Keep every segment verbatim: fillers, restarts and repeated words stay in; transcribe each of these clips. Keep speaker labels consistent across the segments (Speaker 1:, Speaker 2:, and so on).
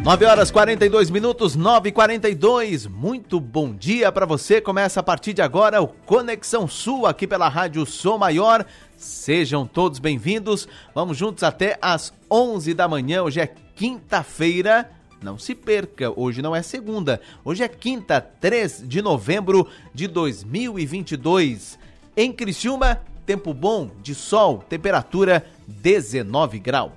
Speaker 1: nove horas e quarenta e dois minutos, nove e quarenta e dois. Muito bom dia para você. Começa a partir de agora o Conexão Sul aqui pela Rádio Som Maior. Sejam todos bem-vindos. Vamos juntos até às onze da manhã. Hoje é quinta-feira. Não se perca, hoje não é segunda. Hoje é quinta, três de novembro de dois mil e vinte e dois. Em Criciúma, tempo bom, de sol, temperatura dezenove graus.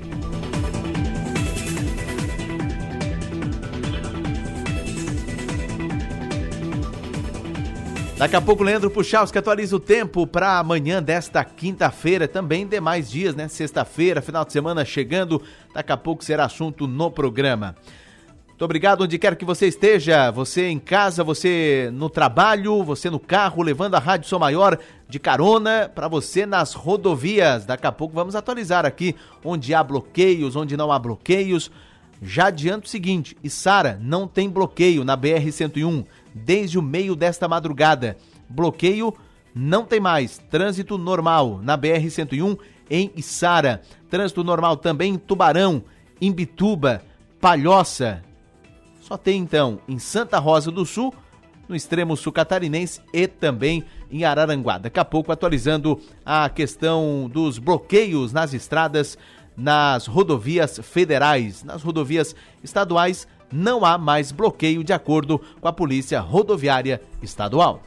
Speaker 1: Daqui a pouco, Leandro Puchalski atualiza o tempo para amanhã desta quinta-feira, também demais dias, né? Sexta-feira, final de semana chegando, daqui a pouco será assunto no programa. Muito obrigado onde quer que você esteja, você em casa, você no trabalho, você no carro, levando a Rádio Som Maior de carona para você nas rodovias. Daqui a pouco vamos atualizar aqui onde há bloqueios, onde não há bloqueios. Já adianto o seguinte, Içara não tem bloqueio na B R cento e um. Desde o meio desta madrugada. Bloqueio não tem mais. Trânsito normal na B R cento e um em Içara. Trânsito normal também em Tubarão, Imbituba, Palhoça. Só tem então em Santa Rosa do Sul, no extremo sul catarinense e também em Araranguá. Daqui a pouco atualizando a questão dos bloqueios nas estradas, nas rodovias federais, nas rodovias estaduais. Não há mais bloqueio de acordo com a Polícia Rodoviária Estadual.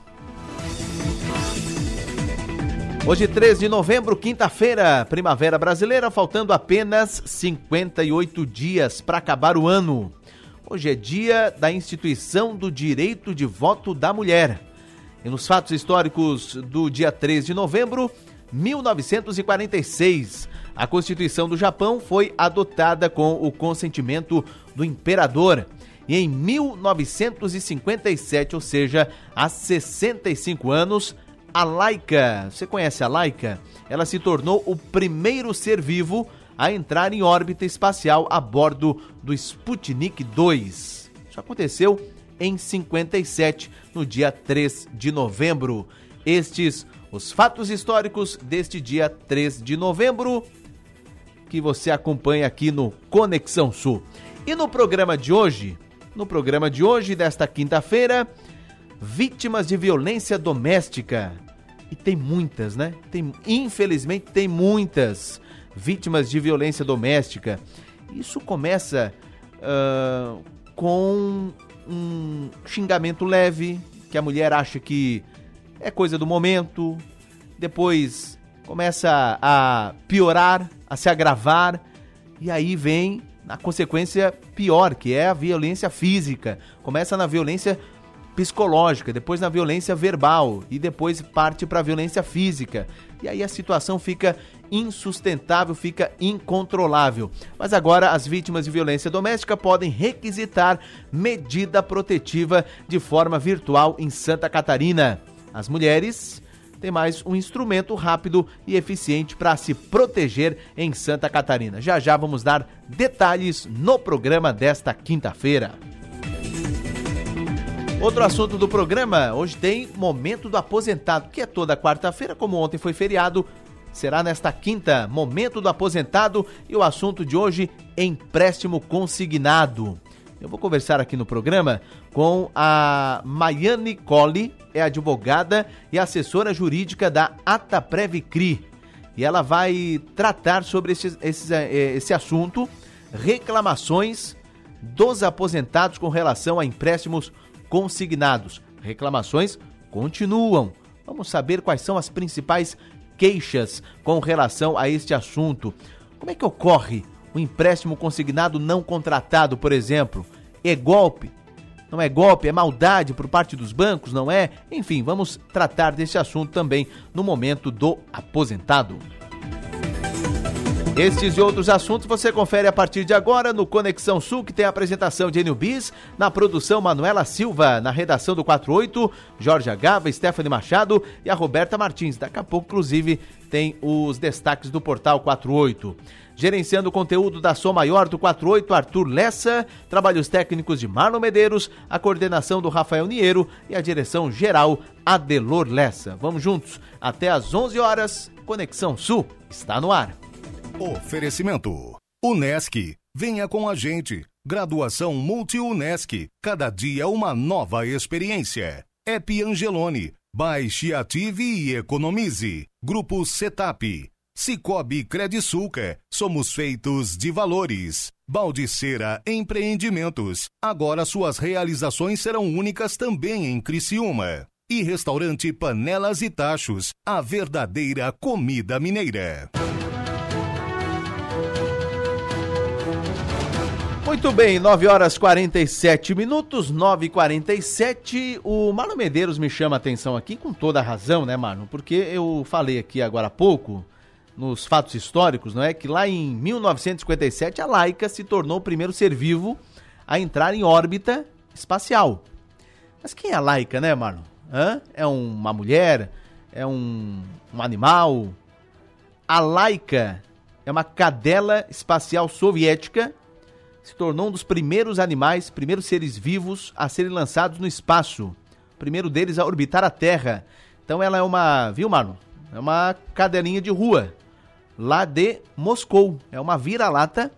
Speaker 1: Hoje, três de novembro, quinta-feira, primavera brasileira, faltando apenas cinquenta e oito dias para acabar o ano. Hoje é dia da instituição do direito de voto da mulher. E nos fatos históricos do dia três de novembro, mil novecentos e quarenta e seis, a Constituição do Japão foi adotada com o consentimento do imperador. E em mil novecentos e cinquenta e sete, ou seja, há sessenta e cinco anos, a Laika, você conhece a Laika? Ela se tornou o primeiro ser vivo a entrar em órbita espacial a bordo do Sputnik dois. Isso aconteceu em cinquenta e sete, no dia três de novembro. Estes os fatos históricos deste dia três de novembro, que você acompanha aqui no Conexão Sul. E no programa de hoje, no programa de hoje, desta quinta-feira, vítimas de violência doméstica. E tem muitas, né? Tem, infelizmente tem muitas vítimas de violência doméstica. Isso começa uh, com um xingamento leve, que a mulher acha que é coisa do momento, depois começa a piorar, a se agravar, e aí vem a consequência pior, que é a violência física. Começa na violência psicológica, depois na violência verbal e depois parte para a violência física. E aí a situação fica insustentável, fica incontrolável. Mas agora as vítimas de violência doméstica podem requisitar medida protetiva de forma virtual em Santa Catarina. As mulheres têm mais um instrumento rápido e eficiente para se proteger em Santa Catarina. Já já vamos dar detalhes no programa desta quinta-feira. Outro assunto do programa, hoje tem Momento do Aposentado, que é toda quarta-feira, como ontem foi feriado, será nesta quinta, Momento do Aposentado, e o assunto de hoje, empréstimo consignado. Eu vou conversar aqui no programa com a Maiane Colli, é advogada e assessora jurídica da Ataprevicri. E ela vai tratar sobre esse, esse, esse assunto, reclamações dos aposentados com relação a empréstimos consignados. Reclamações continuam. Vamos saber quais são as principais queixas com relação a este assunto. Como é que ocorre o empréstimo consignado não contratado, por exemplo? É golpe? Não é golpe? É maldade por parte dos bancos? Não é? Enfim, vamos tratar desse assunto também no Momento do Aposentado. Estes e outros assuntos você confere a partir de agora no Conexão Sul, que tem a apresentação de Enio Bis, na produção Manuela Silva, na redação do quarenta e oito, Jorge Agava, Stephanie Machado e a Roberta Martins. Daqui a pouco, inclusive, tem os destaques do portal quarenta e oito. Gerenciando o conteúdo da Som Maior do quarenta e oito, Arthur Lessa, trabalhos técnicos de Marlon Medeiros, a coordenação do Rafael Niero e a direção geral Adelor Lessa. Vamos juntos até às onze horas, Conexão Sul está no ar.
Speaker 2: Oferecimento. Unesc. Venha com a gente. Graduação Multi-Unesc. Cada dia uma nova experiência. App Angelone. Baixe, ative e economize. Grupo Setap. Cicobi Credisulca. Somos feitos de valores. Baldiceira Empreendimentos. Agora suas realizações serão únicas também em Criciúma. E Restaurante Panelas e Tachos. A verdadeira comida mineira.
Speaker 1: Muito bem, nove horas e quarenta e sete minutos, nove e quarenta e sete. O Marlon Medeiros me chama a atenção aqui, com toda a razão, né, Marlon? Porque eu falei aqui agora há pouco, nos fatos históricos, não é? Que lá em mil novecentos e cinquenta e sete a Laika se tornou o primeiro ser vivo a entrar em órbita espacial. Mas quem é a Laika, né, Marlon? Hã? É uma mulher? É um, um animal? A Laika é uma cadela espacial soviética. Se tornou um dos primeiros animais, primeiros seres vivos a serem lançados no espaço. O primeiro deles a orbitar a Terra. Então ela é uma, viu, Marlon? É uma cadelinha de rua, lá de Moscou. É uma vira-lata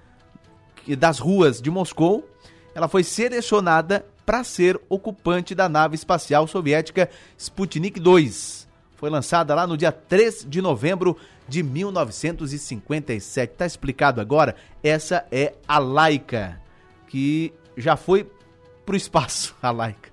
Speaker 1: das ruas de Moscou. Ela foi selecionada para ser ocupante da nave espacial soviética Sputnik dois. Foi lançada lá no dia três de novembro de mil novecentos e cinquenta e sete. Tá explicado agora? Essa é a Laika, que já foi pro espaço, a Laika.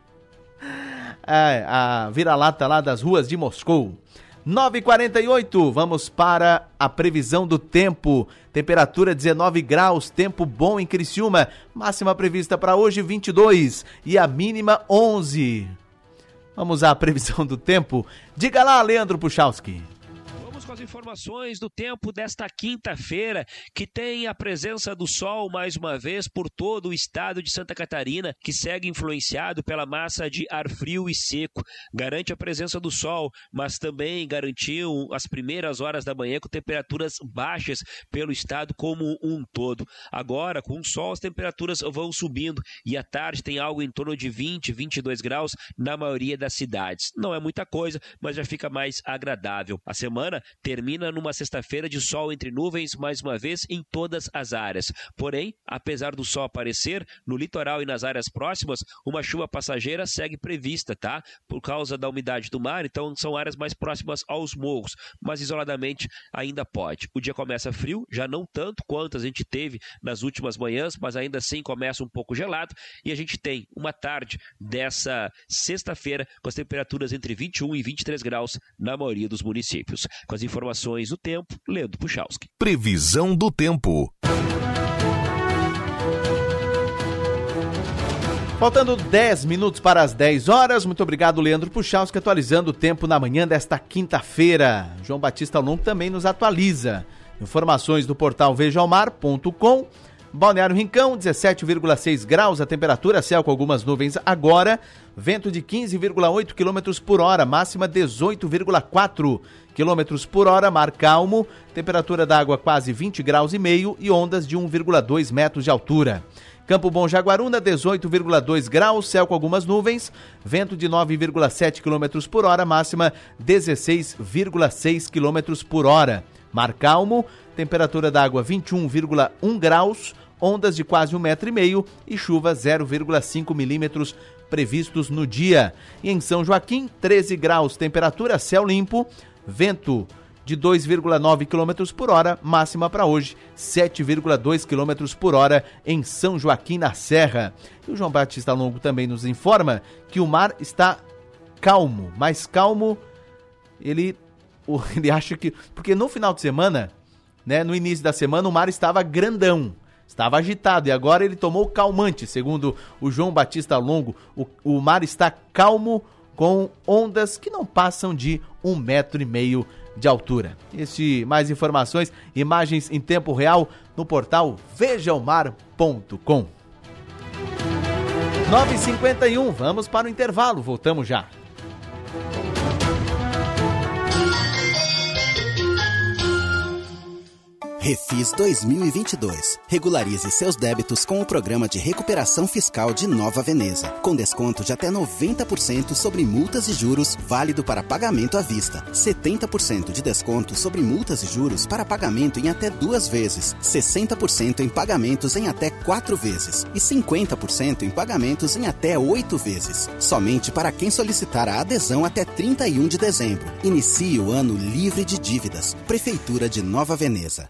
Speaker 1: É, a vira-lata lá das ruas de Moscou. nove e quarenta e oito, vamos para a previsão do tempo. Temperatura dezenove graus, tempo bom em Criciúma. Máxima prevista para hoje vinte e dois e a mínima onze. Vamos à previsão do tempo. Diga lá, Leandro Puchalski.
Speaker 3: Com as informações do tempo desta quinta-feira, que tem a presença do sol mais uma vez por todo o estado de Santa Catarina, que segue influenciado pela massa de ar frio e seco. Garante a presença do sol, mas também garantiu as primeiras horas da manhã com temperaturas baixas pelo estado como um todo. Agora, com o sol, as temperaturas vão subindo e à tarde tem algo em torno de vinte, vinte e dois graus na maioria das cidades. Não é muita coisa, mas já fica mais agradável. A semana termina numa sexta-feira de sol entre nuvens, mais uma vez, em todas as áreas. Porém, apesar do sol aparecer, no litoral e nas áreas próximas, uma chuva passageira segue prevista, tá? Por causa da umidade do mar, então são áreas mais próximas aos morros, mas isoladamente ainda pode. O dia começa frio, já não tanto quanto a gente teve nas últimas manhãs, mas ainda assim começa um pouco gelado, e a gente tem uma tarde dessa sexta-feira com as temperaturas entre vinte e um e vinte e três graus na maioria dos municípios. Com as informações do tempo, Leandro Puchalski.
Speaker 2: Previsão do tempo.
Speaker 1: Faltando dez minutos para as dez horas, muito obrigado, Leandro Puchalski, atualizando o tempo na manhã desta quinta-feira. João Batista Longo também nos atualiza. Informações do portal vejamar ponto com. Balneário Rincão, dezessete vírgula seis graus a temperatura, céu com algumas nuvens agora, vento de quinze vírgula oito quilômetros por hora, máxima dezoito vírgula quatro quilômetros por hora, mar calmo, temperatura da água quase vinte graus e meio e ondas de um vírgula dois metros de altura. Campo Bom Jaguaruna, dezoito vírgula dois graus, céu com algumas nuvens, vento de nove vírgula sete quilômetros por hora, máxima dezesseis vírgula seis quilômetros por hora. Mar calmo, temperatura da água vinte e um vírgula um graus, ondas de quase um metro e meio e chuva zero vírgula cinco milímetros previstos no dia. E em São Joaquim, treze graus, temperatura, céu limpo, vento de dois vírgula nove quilômetros por hora, máxima para hoje, sete vírgula dois quilômetros por hora em São Joaquim na Serra. E o João Batista Longo também nos informa que o mar está calmo, mais calmo, ele, ele acha que... Porque no final de semana, né, no início da semana, o mar estava grandão, estava agitado e agora ele tomou calmante, segundo o João Batista Longo. O, o mar está calmo com ondas que não passam de um metro e meio de altura. Este, mais informações, imagens em tempo real no portal vejamar ponto com. nove e cinquenta e um, vamos para o intervalo, voltamos já.
Speaker 4: Refis dois mil e vinte e dois. Regularize seus débitos com o Programa de Recuperação Fiscal de Nova Veneza, com desconto de até noventa por cento sobre multas e juros, válido para pagamento à vista. setenta por cento de desconto sobre multas e juros para pagamento em até duas vezes, sessenta por cento em pagamentos em até quatro vezes e cinquenta por cento em pagamentos em até oito vezes. Somente para quem solicitar a adesão até trinta e um de dezembro. Inicie o ano livre de dívidas. Prefeitura de Nova Veneza.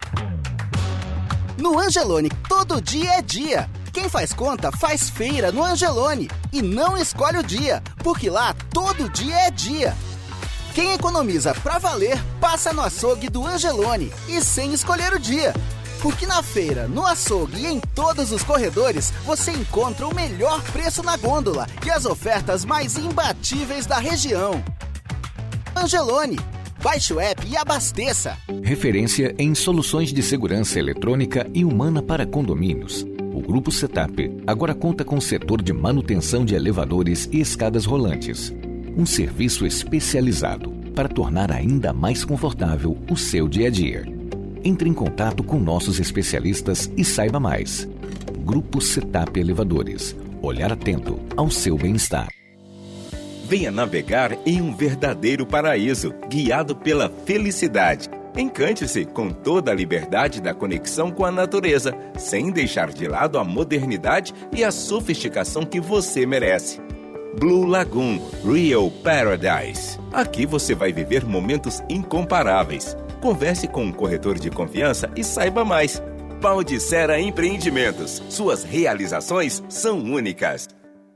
Speaker 4: No Angelone, todo dia é dia. Quem faz conta, faz feira no Angelone. E não escolhe o dia, porque lá todo dia é dia. Quem economiza pra valer, passa no açougue do Angelone. E sem escolher o dia. Porque na feira, no açougue e em todos os corredores, você encontra o melhor preço na gôndola e as ofertas mais imbatíveis da região. Angelone. Baixe o app e abasteça.
Speaker 5: Referência em soluções de segurança eletrônica e humana para condomínios. O Grupo Setap agora conta com o setor de manutenção de elevadores e escadas rolantes. Um serviço especializado para tornar ainda mais confortável o seu dia a dia. Entre em contato com nossos especialistas e saiba mais. Grupo Setap Elevadores. Olhar atento ao seu bem-estar.
Speaker 6: Venha navegar em um verdadeiro paraíso, guiado pela felicidade. Encante-se com toda a liberdade da conexão com a natureza, sem deixar de lado a modernidade e a sofisticação que você merece. Blue Lagoon Real Paradise. Aqui você vai viver momentos incomparáveis. Converse com um corretor de confiança e saiba mais. Baldissera Empreendimentos. Suas realizações são únicas.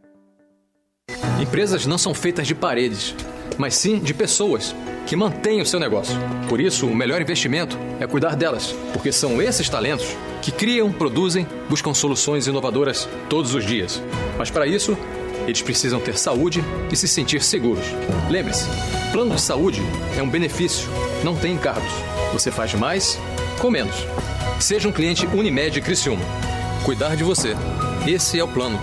Speaker 7: Empresas não são feitas de paredes, mas sim de pessoas que mantêm o seu negócio. Por isso, o melhor investimento é cuidar delas, porque são esses talentos que criam, produzem, buscam soluções inovadoras todos os dias. Mas para isso, eles precisam ter saúde e se sentir seguros. Lembre-se, plano de saúde é um benefício, não tem encargos. Você faz mais com menos. Seja um cliente Unimed Criciúma. Cuidar de você. Esse é o plano.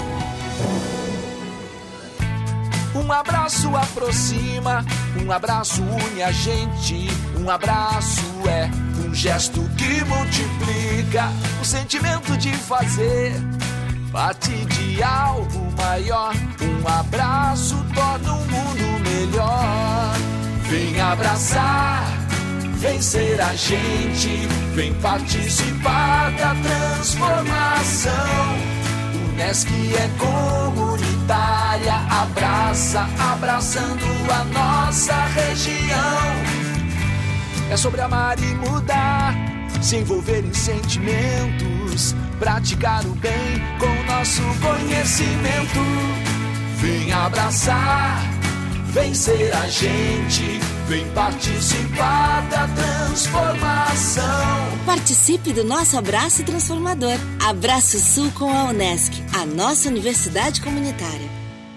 Speaker 8: Um abraço aproxima, um abraço une a gente. Um abraço é um gesto que multiplica o sentimento de fazer parte de algo maior. Um abraço torna o mundo melhor. Vem abraçar, vem ser a gente, vem participar da transformação. Unesc é comunitária, abraça, abraçando a nossa região. É sobre amar e mudar, se envolver em sentimentos, praticar o bem com o nosso conhecimento. Vem abraçar, vem ser a gente, vem participar da transformação.
Speaker 9: Participe do nosso abraço transformador. Abraço Sul com a Unesc, a nossa universidade comunitária.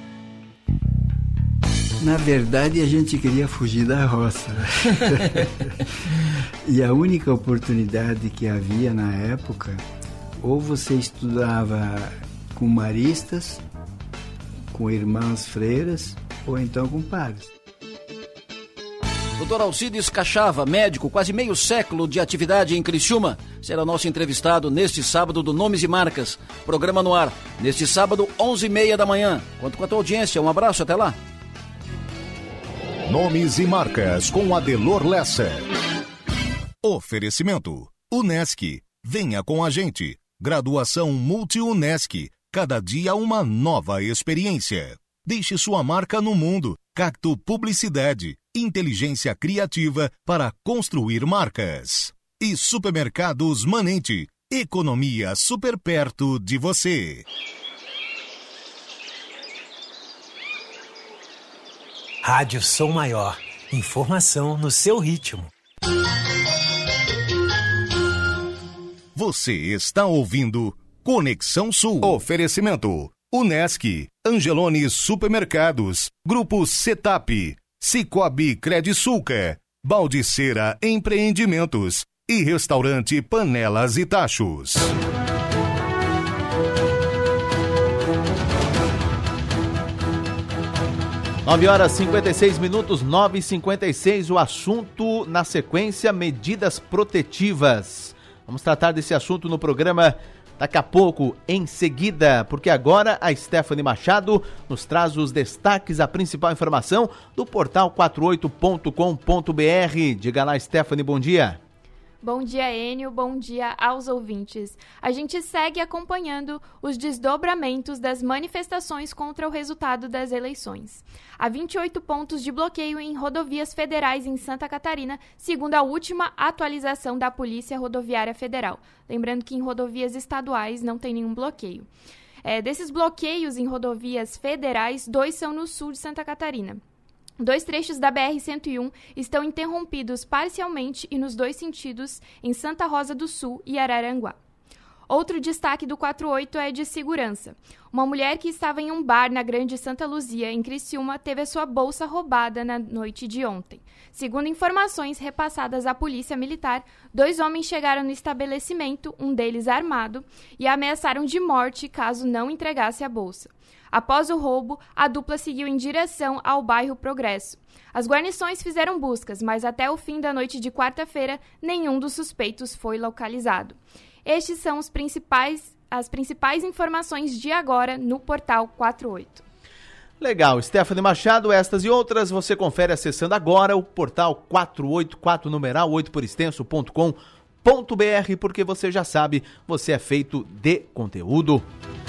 Speaker 10: Na verdade, a gente queria fugir da roça. E a única oportunidade que havia na época, ou você estudava com maristas, com irmãs freiras, ou então com padres.
Speaker 11: doutor Alcides Cachava, médico, quase meio século de atividade em Criciúma, será nosso entrevistado neste sábado do Nomes e Marcas. Programa no ar, neste sábado, onze e meia da manhã. Conto com a tua audiência, um abraço, até lá.
Speaker 2: Nomes e Marcas, com Adelor Lessa. Oferecimento, Unesc, venha com a gente. Graduação Multi-Unesc, cada dia uma nova experiência. Deixe sua marca no mundo. Cacto Publicidade, inteligência criativa para construir marcas. E Supermercados Manente, economia super perto de você.
Speaker 12: Rádio Som Maior, informação no seu ritmo.
Speaker 2: Você está ouvindo Conexão Sul. Oferecimento Unesc, Angelone Supermercados, Grupo Setap, Cicobi Credisulca, Baldissera Empreendimentos e Restaurante Panelas e Tachos.
Speaker 1: nove horas e cinquenta e seis minutos, nove e cinquenta e seis, o assunto na sequência, medidas protetivas. Vamos tratar desse assunto no programa daqui a pouco, em seguida, porque agora a Stephanie Machado nos traz os destaques, a principal informação do portal quarenta e oito ponto com ponto b r. Diga lá, Stephanie, bom dia.
Speaker 13: Bom dia, Enio. Bom dia aos ouvintes. A gente segue acompanhando os desdobramentos das manifestações contra o resultado das eleições. Há vinte e oito pontos de bloqueio em rodovias federais em Santa Catarina, segundo a última atualização da Polícia Rodoviária Federal. Lembrando que em rodovias estaduais não tem nenhum bloqueio. É, desses bloqueios em rodovias federais, dois são no sul de Santa Catarina. Dois trechos da B R cento e um estão interrompidos parcialmente e nos dois sentidos em Santa Rosa do Sul e Araranguá. Outro destaque do quarenta e oito é de segurança. Uma mulher que estava em um bar na Grande Santa Luzia, em Criciúma, teve a sua bolsa roubada na noite de ontem. Segundo informações repassadas à Polícia Militar, dois homens chegaram no estabelecimento, um deles armado, e ameaçaram de morte caso não entregasse a bolsa. Após o roubo, a dupla seguiu em direção ao bairro Progresso. As guarnições fizeram buscas, mas até o fim da noite de quarta-feira, nenhum dos suspeitos foi localizado. Estes são os principais, as principais informações de agora no portal quarenta e oito.
Speaker 1: Legal, Stephanie Machado, estas e outras você confere acessando agora o portal quatrocentos e oito, quatro numeral, oito por extenso, ponto com ponto b r, porque você já sabe, você é feito de conteúdo.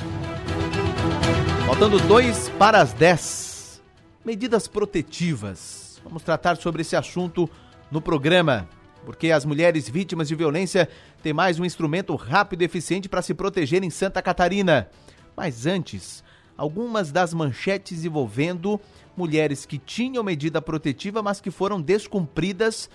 Speaker 1: Faltando dois para as dez. Medidas protetivas. Vamos tratar sobre esse assunto no programa, porque as mulheres vítimas de violência têm mais um instrumento rápido e eficiente para se proteger em Santa Catarina. Mas antes, algumas das manchetes envolvendo mulheres que tinham medida protetiva, mas que foram descumpridas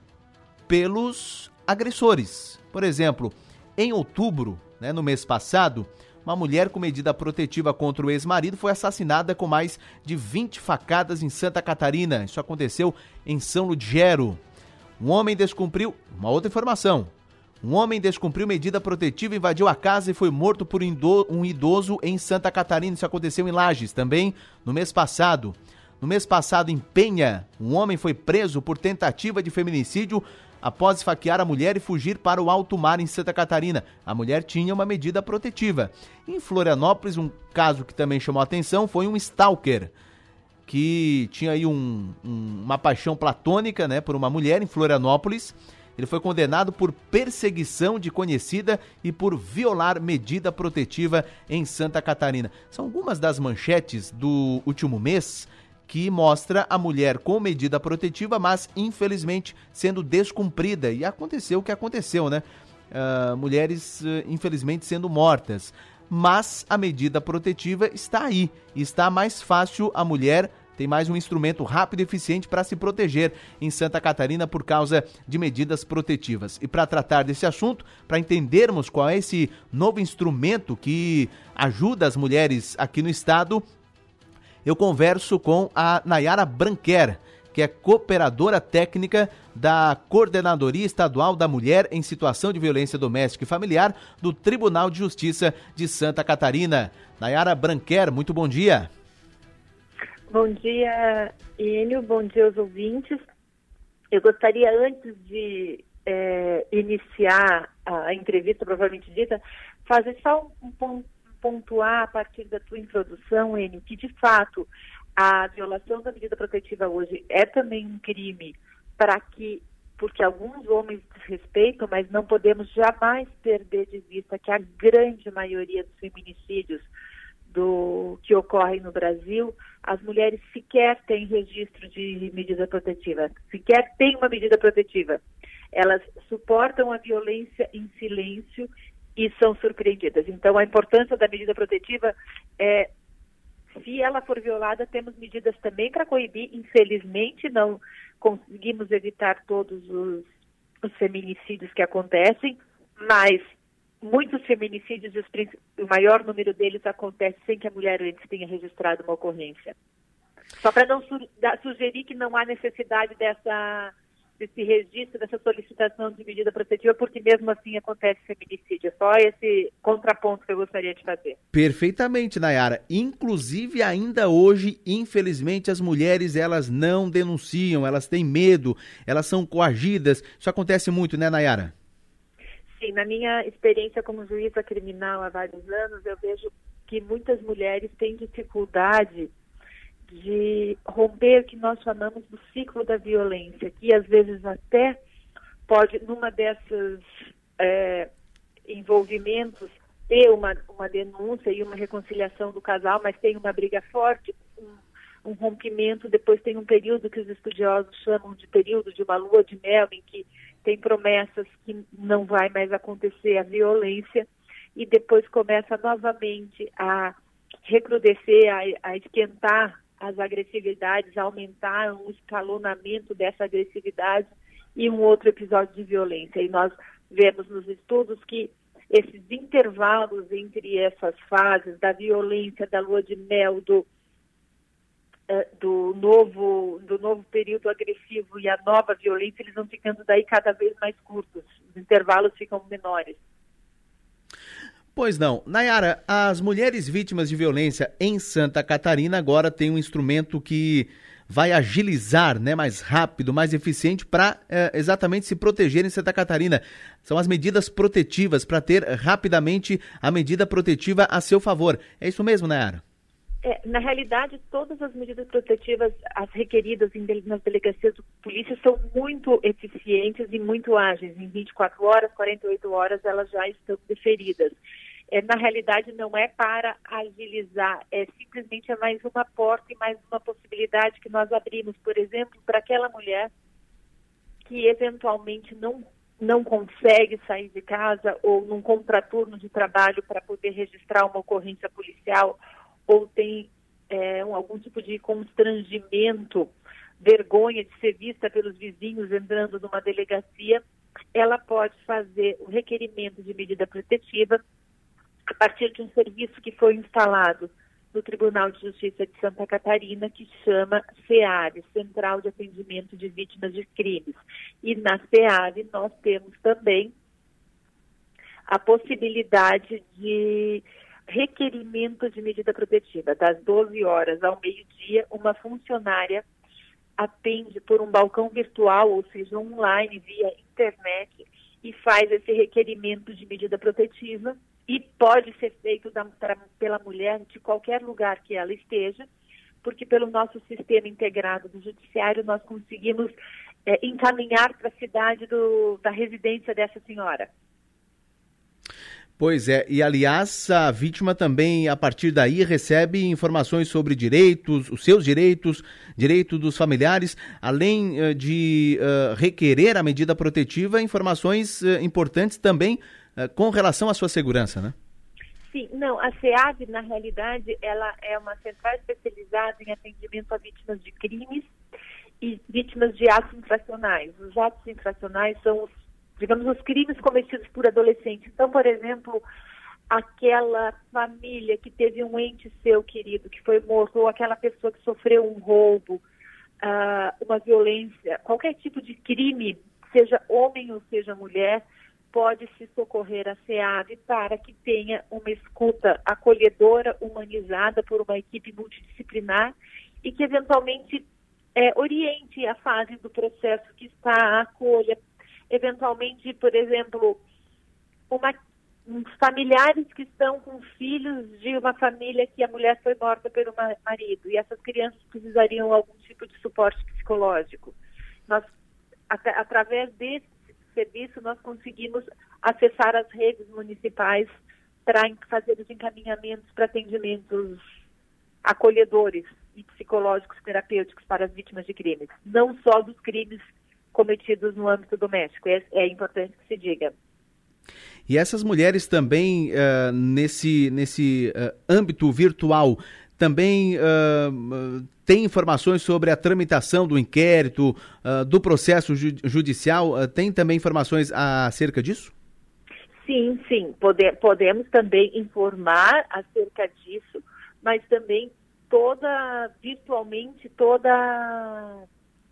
Speaker 1: pelos agressores. Por exemplo, em outubro, né, no mês passado, uma mulher com medida protetiva contra o ex-marido foi assassinada com mais de vinte facadas em Santa Catarina. Isso aconteceu em São Ludgero. Um homem descumpriu... Uma outra informação. Um homem descumpriu medida protetiva, invadiu a casa e foi morto por um idoso em Santa Catarina. Isso aconteceu em Lages, também no mês passado. No mês passado, em Penha, um homem foi preso por tentativa de feminicídio após esfaquear a mulher e fugir para o alto mar em Santa Catarina. A mulher tinha uma medida protetiva. Em Florianópolis, um caso que também chamou a atenção foi um stalker, que tinha aí um, um, uma paixão platônica, né, por uma mulher em Florianópolis. Ele foi condenado por perseguição de conhecida e por violar medida protetiva em Santa Catarina. São algumas das manchetes do último mês que mostra a mulher com medida protetiva, mas infelizmente sendo descumprida. E aconteceu o que aconteceu, né? Uh, mulheres, uh, infelizmente, sendo mortas. Mas a medida protetiva está aí. Está mais fácil, a mulher tem mais um instrumento rápido e eficiente para se proteger em Santa Catarina por causa de medidas protetivas. E para tratar desse assunto, para entendermos qual é esse novo instrumento que ajuda as mulheres aqui no estado, eu converso com a Nayara Branquer, que é cooperadora técnica da Coordenadoria Estadual da Mulher em Situação de Violência Doméstica e Familiar do Tribunal de Justiça de Santa Catarina. Nayara Branquer, muito bom dia.
Speaker 14: Bom dia, Enio, bom dia aos ouvintes. Eu gostaria, antes de é, iniciar a entrevista propriamente dita, fazer só um ponto, pontuar a partir da tua introdução, Enio, que de fato a violação da medida protetiva hoje é também um crime, para que, porque alguns homens desrespeitam, mas não podemos jamais perder de vista que a grande maioria dos feminicídios do, que ocorrem no Brasil, as mulheres sequer têm registro de medida protetiva, sequer têm uma medida protetiva. Elas suportam a violência em silêncio e são surpreendidas. Então, a importância da medida protetiva é, se ela for violada, temos medidas também para coibir. Infelizmente, não conseguimos evitar todos os, os feminicídios que acontecem, mas muitos feminicídios, o maior número deles acontece sem que a mulher antes tenha registrado uma ocorrência. Só para não su- da, sugerir que não há necessidade dessa... desse registro, dessa solicitação de medida protetiva, porque mesmo assim acontece feminicídio. É só esse contraponto que eu gostaria de fazer.
Speaker 1: Perfeitamente, Nayara. Inclusive, ainda hoje, infelizmente, as mulheres, elas não denunciam, elas têm medo, elas são coagidas. Isso acontece muito, né, Nayara?
Speaker 14: Sim, na minha experiência como juíza criminal há vários anos, eu vejo que muitas mulheres têm dificuldade de romper o que nós chamamos do ciclo da violência, que às vezes até pode, numa dessas é, envolvimentos, ter uma, uma denúncia e uma reconciliação do casal, mas tem uma briga forte, um, um rompimento, depois tem um período que os estudiosos chamam de período de uma lua de mel, em que tem promessas que não vai mais acontecer a violência, e depois começa novamente a recrudescer, a, a esquentar as agressividades, a aumentar um escalonamento dessa agressividade e um outro episódio de violência. E nós vemos nos estudos que esses intervalos entre essas fases da violência, da lua de mel, do, uh, do, novo, do novo período agressivo e a nova violência, eles vão ficando daí cada vez mais curtos. Os intervalos ficam menores.
Speaker 1: Pois não. Nayara, as mulheres vítimas de violência em Santa Catarina agora têm um instrumento que vai agilizar, né, mais rápido, mais eficiente para é, exatamente se proteger em Santa Catarina. São as medidas protetivas, para ter rapidamente a medida protetiva a seu favor. É isso mesmo, Nayara?
Speaker 14: É, na realidade, todas as medidas protetivas, as requeridas em, nas delegacias de polícia, são muito eficientes e muito ágeis. Em vinte e quatro horas, quarenta e oito horas, elas já estão deferidas. É, na realidade, não é para agilizar, é simplesmente é mais uma porta e mais uma possibilidade que nós abrimos, por exemplo, para aquela mulher que eventualmente não, não consegue sair de casa ou num contraturno de trabalho para poder registrar uma ocorrência policial, ou tem é, um, algum tipo de constrangimento, vergonha de ser vista pelos vizinhos entrando numa delegacia, ela pode fazer o requerimento de medida protetiva a partir de um serviço que foi instalado no Tribunal de Justiça de Santa Catarina, que chama CEAV, Central de Atendimento de Vítimas de Crimes. E na CEAV nós temos também a possibilidade de requerimento de medida protetiva. Das doze horas ao meio-dia, uma funcionária atende por um balcão virtual, ou seja, online, via internet, e faz esse requerimento de medida protetiva, e pode ser feito da, pra, pela mulher de qualquer lugar que ela esteja, porque pelo nosso sistema integrado do judiciário nós conseguimos é, encaminhar para a cidade do, da residência dessa senhora.
Speaker 1: Pois é, e aliás, a vítima também, a partir daí, recebe informações sobre direitos, os seus direitos, direito dos familiares, além uh, de uh, requerer a medida protetiva, informações uh, importantes também uh, com relação à sua segurança, né?
Speaker 14: Sim, não, a CEAV, na realidade, ela é uma central especializada em atendimento a vítimas de crimes e vítimas de atos infracionais. Os atos infracionais são os, digamos, os crimes cometidos por adolescentes. Então, por exemplo, aquela família que teve um ente seu querido que foi morto, ou aquela pessoa que sofreu um roubo, uh, uma violência, qualquer tipo de crime, seja homem ou seja mulher, pode se socorrer a CEAV para que tenha uma escuta acolhedora, humanizada por uma equipe multidisciplinar e que eventualmente é, oriente a fase do processo que está, acolha, eventualmente, por exemplo, uma, uns familiares que estão com filhos de uma família que a mulher foi morta pelo marido e essas crianças precisariam de algum tipo de suporte psicológico. Nós, at- através desse serviço, nós conseguimos acessar as redes municipais para fazer os encaminhamentos para atendimentos acolhedores e psicológicos terapêuticos para as vítimas de crimes, não só dos crimes cometidos no âmbito doméstico, é, é importante que se diga.
Speaker 1: E essas mulheres também, uh, nesse, nesse uh, âmbito virtual, também uh, tem informações sobre a tramitação do inquérito, uh, do processo ju- judicial, uh, tem também informações acerca disso?
Speaker 14: Sim, sim, Pode, podemos também informar acerca disso, mas também toda, virtualmente, toda...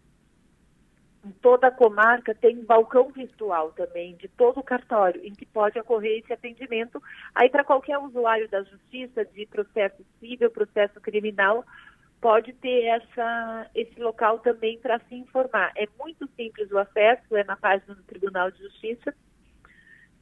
Speaker 14: toda a comarca tem um balcão virtual também, de todo o cartório, em que pode ocorrer esse atendimento. Aí, para qualquer usuário da justiça, de processo civil, processo criminal, pode ter essa, esse local também para se informar. É muito simples o acesso, é na página do Tribunal de Justiça,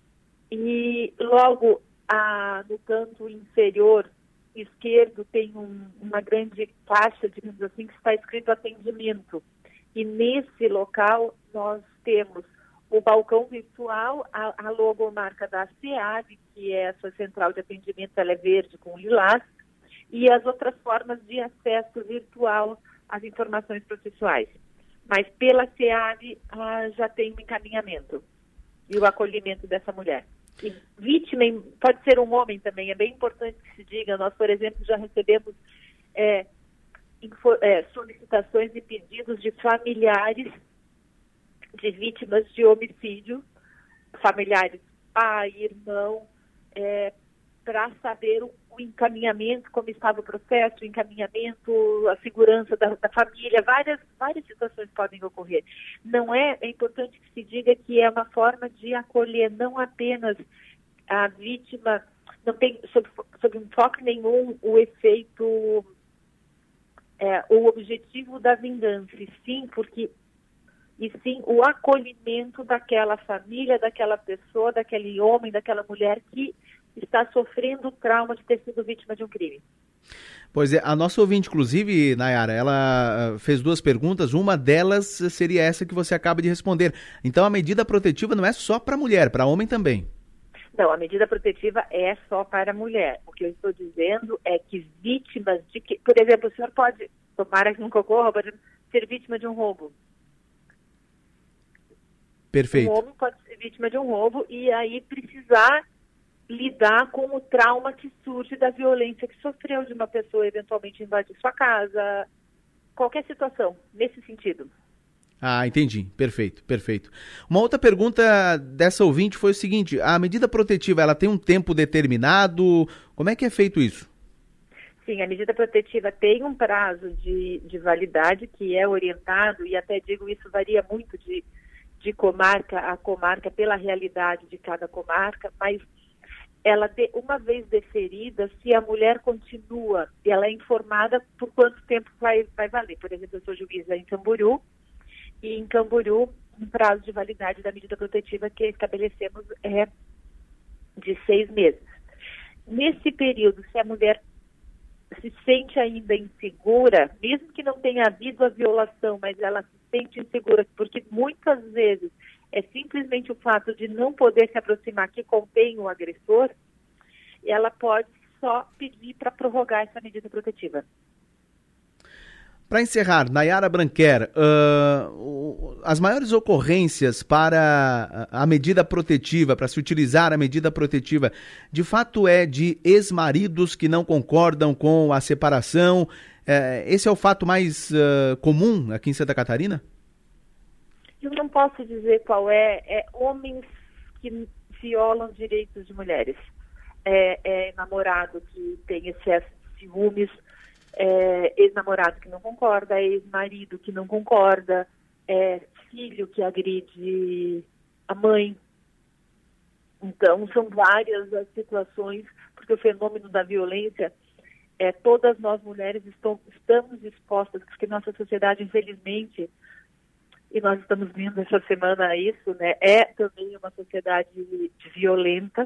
Speaker 14: e logo a, no canto inferior esquerdo tem um, uma grande caixa, digamos assim, que está escrito atendimento. E nesse local nós temos o balcão virtual, a, a logomarca da SEAB, que é essa central de atendimento, ela é verde com lilás, e as outras formas de acesso virtual às informações processuais. Mas pela SEAB ah, já tem um encaminhamento e o acolhimento dessa mulher. E vítima, pode ser um homem também, é bem importante que se diga. Nós, por exemplo, já recebemos é, info, é, solicitações e pedidos de familiares de vítimas de homicídio, familiares, pai, irmão, é, para saber o, o encaminhamento, como estava o processo, o encaminhamento, a segurança da, da família, várias, várias situações podem ocorrer. Não é, é importante que se diga que é uma forma de acolher não apenas a vítima, não tem sob, sob enfoque nenhum o efeito, é, o objetivo da vingança, e sim, porque e sim o acolhimento daquela família, daquela pessoa, daquele homem, daquela mulher que está sofrendo o trauma de ter sido vítima de um crime.
Speaker 1: Pois é, a nossa ouvinte, inclusive, Nayara, ela fez duas perguntas, uma delas seria essa que você acaba de responder. Então a medida protetiva não é só para mulher, para homem também?
Speaker 14: Não, a medida protetiva é só para a mulher. O que eu estou dizendo é que vítimas de que, por exemplo, o senhor pode, tomara que nunca ocorra, pode ser vítima de um roubo.
Speaker 1: Perfeito.
Speaker 14: Um homem pode ser vítima de um roubo e aí precisar lidar com o trauma que surge da violência que sofreu de uma pessoa eventualmente invadir sua casa, qualquer situação, nesse sentido.
Speaker 1: Ah, entendi. Perfeito, perfeito. Uma outra pergunta dessa ouvinte foi o seguinte, a medida protetiva, ela tem um tempo determinado? Como é que é feito isso?
Speaker 14: Sim, a medida protetiva tem um prazo de, de validade que é orientado, e até digo isso varia muito de, de comarca a comarca, pela realidade de cada comarca, mas ela, de, uma vez deferida, se a mulher continua, ela é informada por quanto tempo vai, vai valer. Por exemplo, eu sou juíza em Camboriú, e em Camboriú, o prazo de validade da medida protetiva que estabelecemos é de seis meses. Nesse período, se a mulher se sente ainda insegura, mesmo que não tenha havido a violação, mas ela se sente insegura, porque muitas vezes é simplesmente o fato de não poder se aproximar que contém o agressor, ela pode só pedir para prorrogar essa medida protetiva.
Speaker 1: Para encerrar, Nayara Branquer, uh, as maiores ocorrências para a medida protetiva, para se utilizar a medida protetiva, de fato é de ex-maridos que não concordam com a separação. Uh, esse é o fato mais uh, comum aqui em Santa Catarina?
Speaker 14: Eu não posso dizer qual é. É homens que violam direitos de mulheres. É, é namorado que tem excesso de ciúmes, é ex-namorado que não concorda, é ex-marido que não concorda, é filho que agride a mãe. Então, são várias as situações, porque o fenômeno da violência, é, todas nós mulheres estão, estamos expostas, porque nossa sociedade, infelizmente, e nós estamos vendo essa semana isso, né? É também uma sociedade violenta,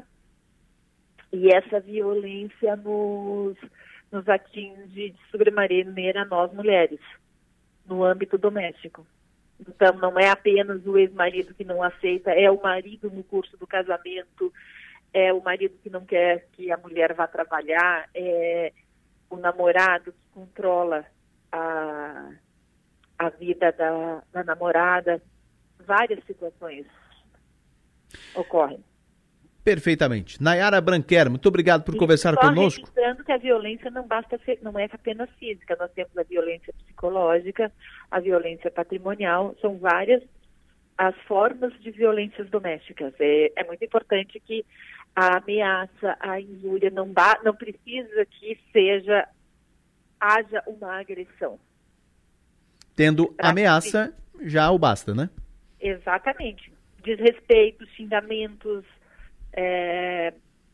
Speaker 14: e essa violência nos, nos atinge de sobremaneira nós mulheres, no âmbito doméstico. Então, não é apenas o ex-marido que não aceita, é o marido no curso do casamento, é o marido que não quer que a mulher vá trabalhar, é o namorado que controla a... a vida da, da namorada, várias situações ocorrem.
Speaker 1: Perfeitamente. Nayara Branquer, muito obrigado por e conversar conosco.
Speaker 14: Registrando que a violência não basta ser, não é apenas física, nós temos a violência psicológica, a violência patrimonial, são várias as formas de violências domésticas. É, é muito importante que a ameaça, a injúria, não, ba, não precisa que seja, haja uma agressão.
Speaker 1: Tendo ameaça, já o basta, né?
Speaker 14: Exatamente. Desrespeito, xingamentos, é...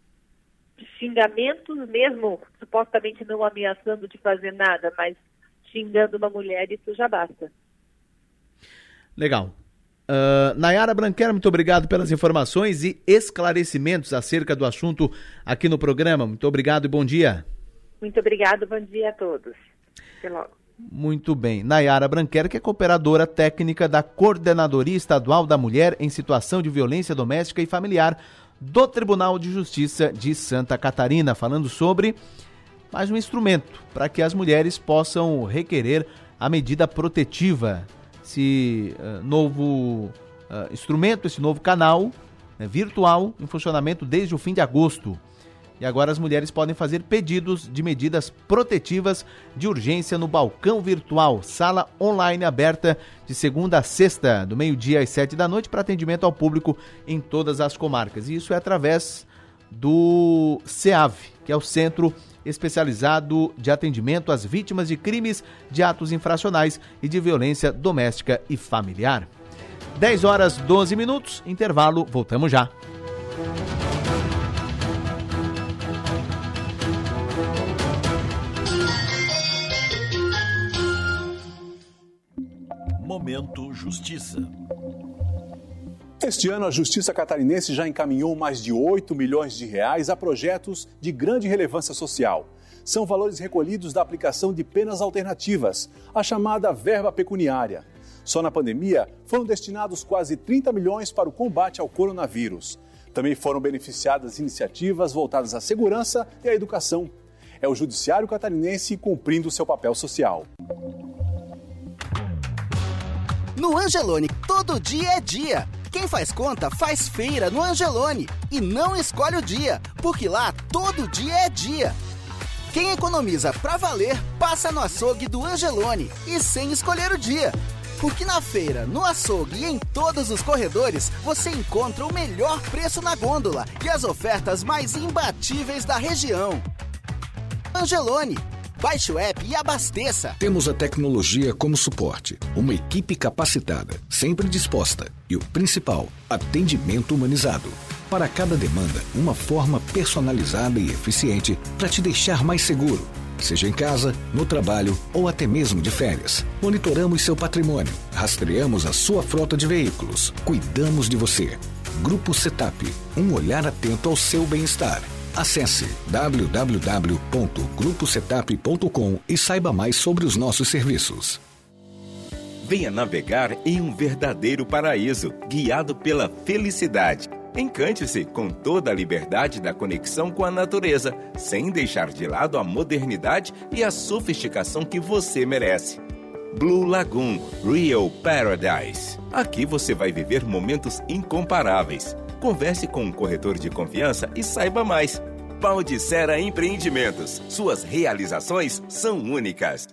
Speaker 14: xingamentos mesmo, supostamente não ameaçando de fazer nada, mas xingando uma mulher, isso já basta.
Speaker 1: Legal. Uh, Nayara Branquer, muito obrigado pelas informações e esclarecimentos acerca do assunto aqui no programa. Muito obrigado e bom dia.
Speaker 14: Muito obrigado, bom dia a todos. Até logo.
Speaker 1: Muito bem. Nayara Branquer, que é cooperadora técnica da Coordenadoria Estadual da Mulher em Situação de Violência Doméstica e Familiar do Tribunal de Justiça de Santa Catarina, falando sobre mais um instrumento para que as mulheres possam requerer a medida protetiva. Esse uh, novo uh, instrumento, esse novo canal né, virtual em funcionamento desde o fim de agosto. E agora as mulheres podem fazer pedidos de medidas protetivas de urgência no balcão virtual, sala online aberta de segunda a sexta, do meio-dia às sete da noite, para atendimento ao público em todas as comarcas. E isso é através do CEAV, que é o Centro Especializado de Atendimento às Vítimas de Crimes de Atos Infracionais e de Violência Doméstica e Familiar. dez horas e doze minutos, intervalo, voltamos já.
Speaker 15: Momento Justiça.
Speaker 16: Este ano, a Justiça Catarinense já encaminhou mais de oito milhões de reais a projetos de grande relevância social. São valores recolhidos da aplicação de penas alternativas, a chamada verba pecuniária. Só na pandemia, foram destinados quase trinta milhões para o combate ao coronavírus. Também foram beneficiadas iniciativas voltadas à segurança e à educação. É o Judiciário Catarinense cumprindo seu papel social.
Speaker 4: No Angelone, todo dia é dia. Quem faz conta faz feira no Angelone e não escolhe o dia, porque lá todo dia é dia. Quem economiza pra valer, passa no açougue do Angelone e sem escolher o dia. Porque na feira, no açougue e em todos os corredores, você encontra o melhor preço na gôndola e as ofertas mais imbatíveis da região. Angelone. Baixe o app e abasteça.
Speaker 5: Temos a tecnologia como suporte, uma equipe capacitada, sempre disposta e o principal, atendimento humanizado. Para cada demanda, uma forma personalizada e eficiente para te deixar mais seguro. Seja em casa, no trabalho ou até mesmo de férias. Monitoramos seu patrimônio, rastreamos a sua frota de veículos, cuidamos de você. Grupo Setap, um olhar atento ao seu bem-estar. Acesse w w w ponto grupo setap ponto com e saiba mais sobre os nossos serviços.
Speaker 6: Venha navegar em um verdadeiro paraíso, guiado pela felicidade. Encante-se com toda a liberdade da conexão com a natureza, sem deixar de lado a modernidade e a sofisticação que você merece. Blue Lagoon Real Paradise. Aqui você vai viver momentos incomparáveis. Converse com um corretor de confiança e saiba mais. Paldicera Empreendimentos. Suas realizações são únicas.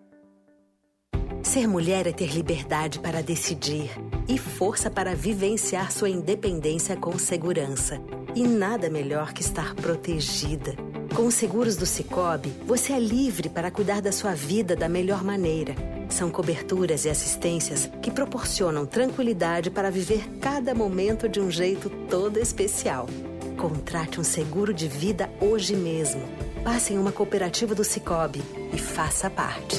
Speaker 17: Ser mulher é ter liberdade para decidir e força para vivenciar sua independência com segurança. E nada melhor que estar protegida. Com os seguros do Sicoob, você é livre para cuidar da sua vida da melhor maneira. São coberturas e assistências que proporcionam tranquilidade para viver cada momento de um jeito todo especial. Contrate um seguro de vida hoje mesmo. Passe em uma cooperativa do Sicoob e faça parte.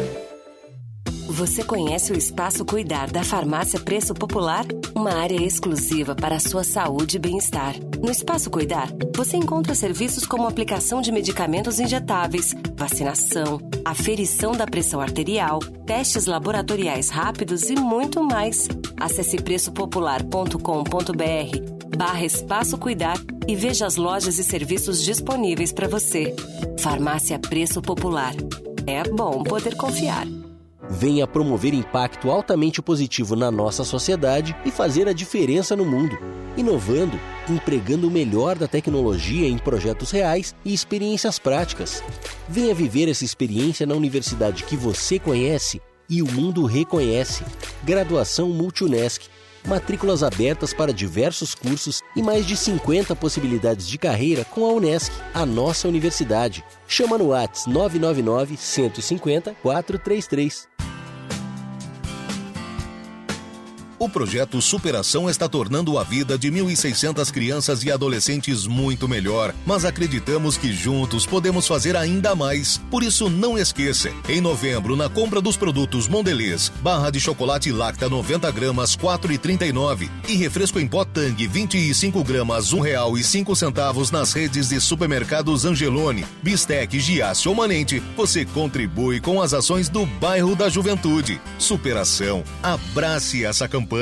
Speaker 18: Você conhece o Espaço Cuidar da Farmácia Preço Popular? Uma área exclusiva para a sua saúde e bem-estar. No Espaço Cuidar, você encontra serviços como aplicação de medicamentos injetáveis, vacinação, aferição da pressão arterial, testes laboratoriais rápidos e muito mais. Acesse preço popular ponto com ponto b r barra Espaço Cuidar e veja as lojas e serviços disponíveis para você. Farmácia Preço Popular. É bom poder confiar.
Speaker 19: Venha promover impacto altamente positivo na nossa sociedade e fazer a diferença no mundo. Inovando, empregando o melhor da tecnologia em projetos reais e experiências práticas. Venha viver essa experiência na universidade que você conhece e o mundo reconhece. Graduação Multunesc. Matrículas abertas para diversos cursos e mais de cinquenta possibilidades de carreira com a Unesc, a nossa universidade. Chama no WhatsApp nove nove nove, um cinco zero, quatro três três.
Speaker 2: O projeto Superação está tornando a vida de mil e seiscentas crianças e adolescentes muito melhor, mas acreditamos que juntos podemos fazer ainda mais. Por isso, não esqueça, em novembro, na compra dos produtos Mondelez, barra de chocolate Lacta noventa gramas, quatro reais e trinta e nove centavos e refresco em pó Tang vinte e cinco gramas, um real e cinco centavos nas redes de supermercados Angelone, Bistec, Giasse ou Manente, você contribui com as ações do Bairro da Juventude. Superação. Abrace essa campanha.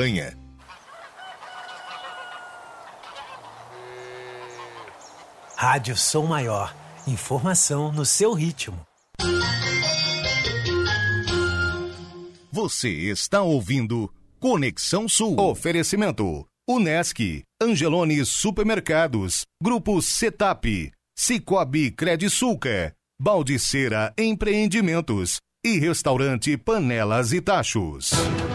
Speaker 12: Rádio Som Maior. Informação no seu ritmo.
Speaker 2: Você está ouvindo Conexão Sul. Oferecimento: Unesc, Angelone Supermercados, Grupo Setap, Cicobi Credisulca, Baldiceira Empreendimentos e Restaurante Panelas e Tachos.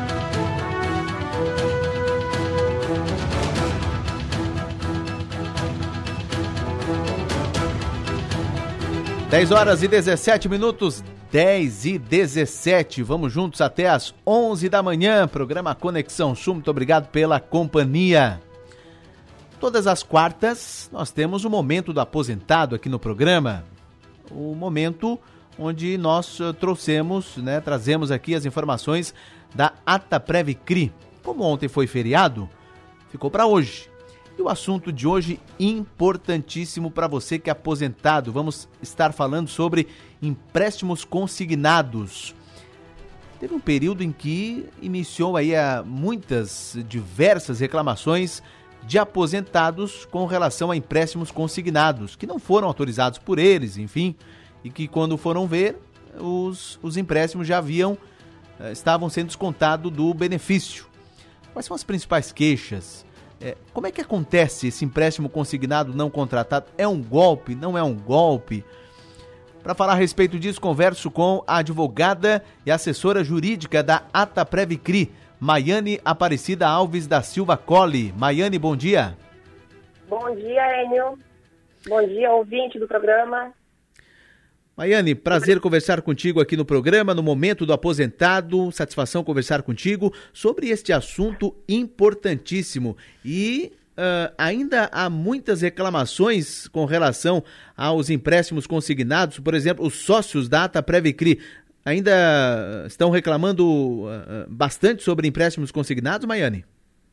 Speaker 1: dez horas e dezessete minutos, dez e dezessete. Vamos juntos até as onze da manhã. Programa Conexão Sul, muito obrigado pela companhia. Todas as quartas nós temos o Momento do Aposentado aqui no programa. O momento onde nós trouxemos, né, trazemos aqui as informações da Ataprev-Cri. Como ontem foi feriado, ficou para hoje. E o assunto de hoje, importantíssimo para você que é aposentado. Vamos estar falando sobre empréstimos consignados. Teve um período em que iniciou aí a muitas, diversas reclamações de aposentados com relação a empréstimos consignados, que não foram autorizados por eles, enfim, e que quando foram ver, os, os empréstimos já haviam, estavam sendo descontados do benefício. Quais são as principais queixas? É, como é que acontece esse empréstimo consignado não contratado? É um golpe? Não é um golpe? Para falar a respeito disso, converso com a advogada e assessora jurídica da Ataprev-Cri, Maiane Aparecida Alves da Silva Colli. Maiane, bom dia.
Speaker 20: Bom dia, Enio. Bom dia, ouvinte do programa.
Speaker 1: Maiane, prazer conversar contigo aqui no programa, no Momento do Aposentado, satisfação conversar contigo sobre este assunto importantíssimo. E uh, ainda há muitas reclamações com relação aos empréstimos consignados. Por exemplo, os sócios da Ataprev-Cri ainda estão reclamando uh, bastante sobre empréstimos consignados, Maiane?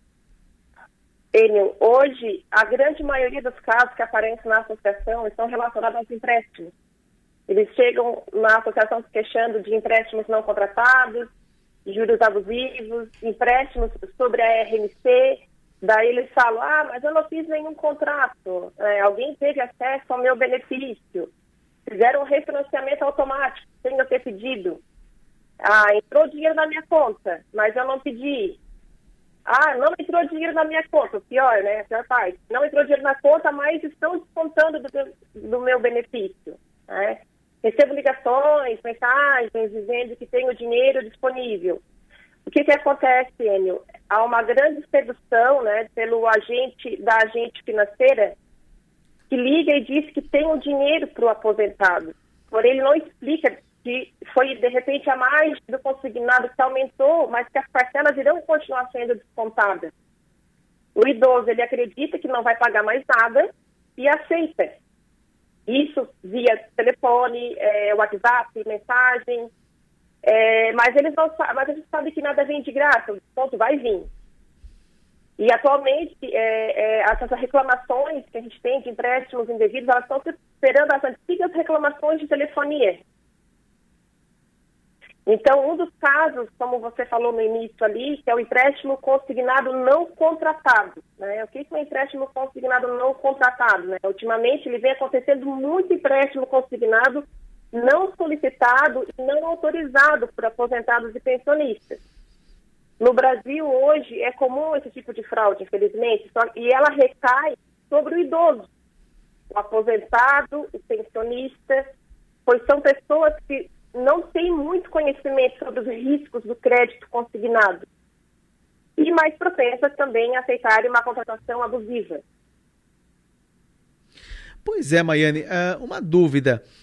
Speaker 20: Enio, hoje a grande maioria dos casos que aparecem na associação estão relacionados aos empréstimos. Eles chegam na associação se queixando de empréstimos não contratados, juros abusivos, empréstimos sobre a R M C. Daí eles falam, ah, mas eu não fiz nenhum contrato, é, alguém teve acesso ao meu benefício, fizeram um refinanciamento automático, sem eu ter pedido. Ah, entrou dinheiro na minha conta, mas eu não pedi. Ah, não entrou dinheiro na minha conta, o pior, né, a pior parte. Não entrou dinheiro na conta, mas estão descontando do, do meu benefício, né? Recebo ligações, mensagens dizendo que tenho dinheiro disponível. O que que acontece, Enio? Há uma grande sedução, né, pelo agente da agente financeira que liga e diz que tem o dinheiro para o aposentado. Porém, ele não explica que foi, de repente, a mais do consignado que aumentou, mas que as parcelas irão continuar sendo descontadas. O idoso, ele acredita que não vai pagar mais nada e aceita. Isso via telefone, é, WhatsApp, mensagem, é, mas eles não sabem, mas a gente sabe que nada vem de graça, o desconto vai vir. E atualmente, é, é, essas reclamações que a gente tem de empréstimos indevidos, elas estão superando as antigas reclamações de telefonia. Então, um dos casos, como você falou no início ali, que é o empréstimo consignado não contratado, né? O que é um empréstimo consignado não contratado, né? Ultimamente, ele vem acontecendo muito empréstimo consignado não solicitado e não autorizado por aposentados e pensionistas. No Brasil, hoje, é comum esse tipo de fraude, infelizmente, só, e ela recai sobre o idoso, o aposentado, o pensionista, pois são pessoas que não têm muito conhecimento sobre os riscos do crédito consignado e mais propensas também a aceitarem uma contratação abusiva.
Speaker 1: Pois é, Maiane, uma dúvida.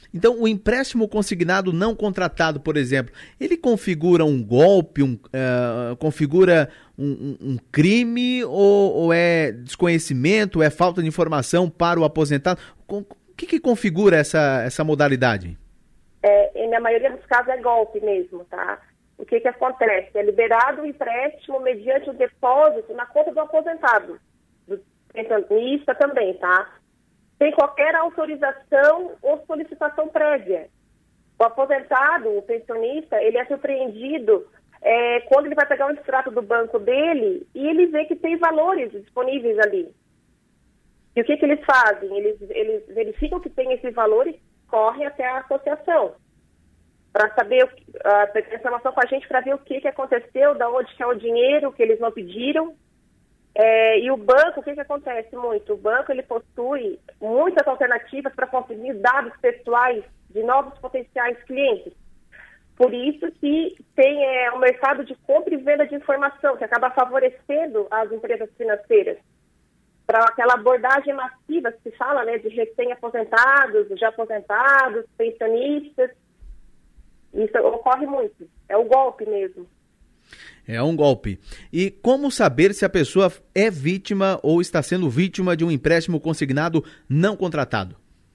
Speaker 1: Então, o empréstimo consignado não contratado, por exemplo, ele configura um golpe, um, uh, configura um, um, um crime ou, ou é desconhecimento, ou é falta de informação para o aposentado? O que, que configura essa, essa modalidade?
Speaker 20: É, na maioria dos casos é golpe mesmo, tá? O que que acontece? É liberado o empréstimo mediante o depósito na conta do aposentado, do pensionista também, tá? Sem qualquer autorização ou solicitação prévia. O aposentado, o pensionista, ele é surpreendido é, quando ele vai pegar o extrato do banco dele e ele vê que tem valores disponíveis ali. E o que que eles fazem? Eles, eles verificam que tem esse valor e correm até a associação para saber, uh, ter informação com a gente para ver o que que aconteceu, de onde que é o dinheiro que eles não pediram. É, e o banco, o que que acontece muito? O banco, ele possui muitas alternativas para conseguir dados pessoais de novos potenciais clientes. Por isso que tem é, um mercado de compra e venda de informação, que acaba favorecendo as empresas financeiras para aquela abordagem massiva que se fala, né, de recém-aposentados, já aposentados, pensionistas. Isso ocorre muito. É o golpe mesmo.
Speaker 1: É um golpe. E como saber se a pessoa é vítima ou está sendo vítima de um empréstimo consignado não contratado?